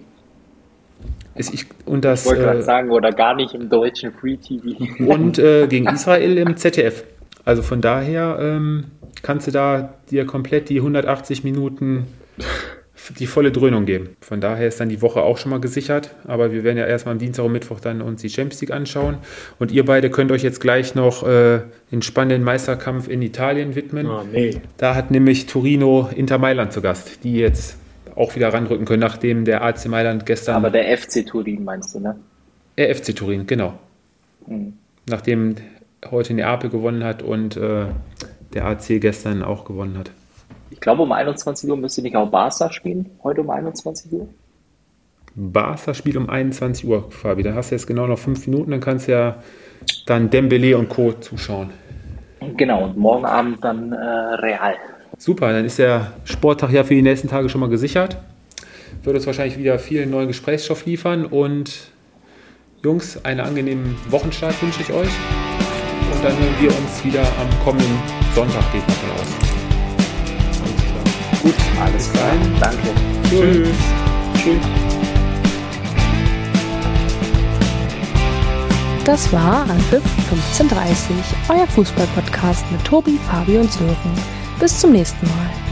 Ist ich, und das, ich wollte gerade äh, sagen, oder gar nicht im deutschen Free-T V. Und äh, gegen Israel im Z D F. Also von daher ähm, kannst du da dir komplett die hundertachtzig Minuten die volle Dröhnung geben. Von daher ist dann die Woche auch schon mal gesichert. Aber wir werden ja erstmal am Dienstag und Mittwoch dann uns die Champions League anschauen. Und ihr beide könnt euch jetzt gleich noch äh, den spannenden Meisterkampf in Italien widmen. Oh, nee. Da hat nämlich Torino Inter Mailand zu Gast, die jetzt auch wieder ranrücken können, nachdem der A C Mailand gestern... Aber der F C Turin meinst du, ne? Der F C Turin, genau. Mhm. Nachdem heute Neapel gewonnen hat und äh, der A C gestern auch gewonnen hat. Ich glaube, um einundzwanzig Uhr müsste nicht auch Barca spielen, heute um einundzwanzig Uhr? Barca spielt um einundzwanzig Uhr, Fabi. Da hast du jetzt genau noch fünf Minuten, dann kannst du ja dann Dembélé und Co. zuschauen. Genau, und morgen Abend dann äh, Real. Super, dann ist der Sporttag ja für die nächsten Tage schon mal gesichert. Wird uns wahrscheinlich wieder viel neuen Gesprächsstoff liefern und Jungs, einen angenehmen Wochenstart wünsche ich euch. Und dann hören wir uns wieder am kommenden Sonntag, geht davon aus. Gut, alles klar. Danke. Tschüss. Tschüss. Das war Anpfiff fünfzehn Uhr dreißig, euer Fußball-Podcast mit Tobi, Fabi und Sören. Bis zum nächsten Mal.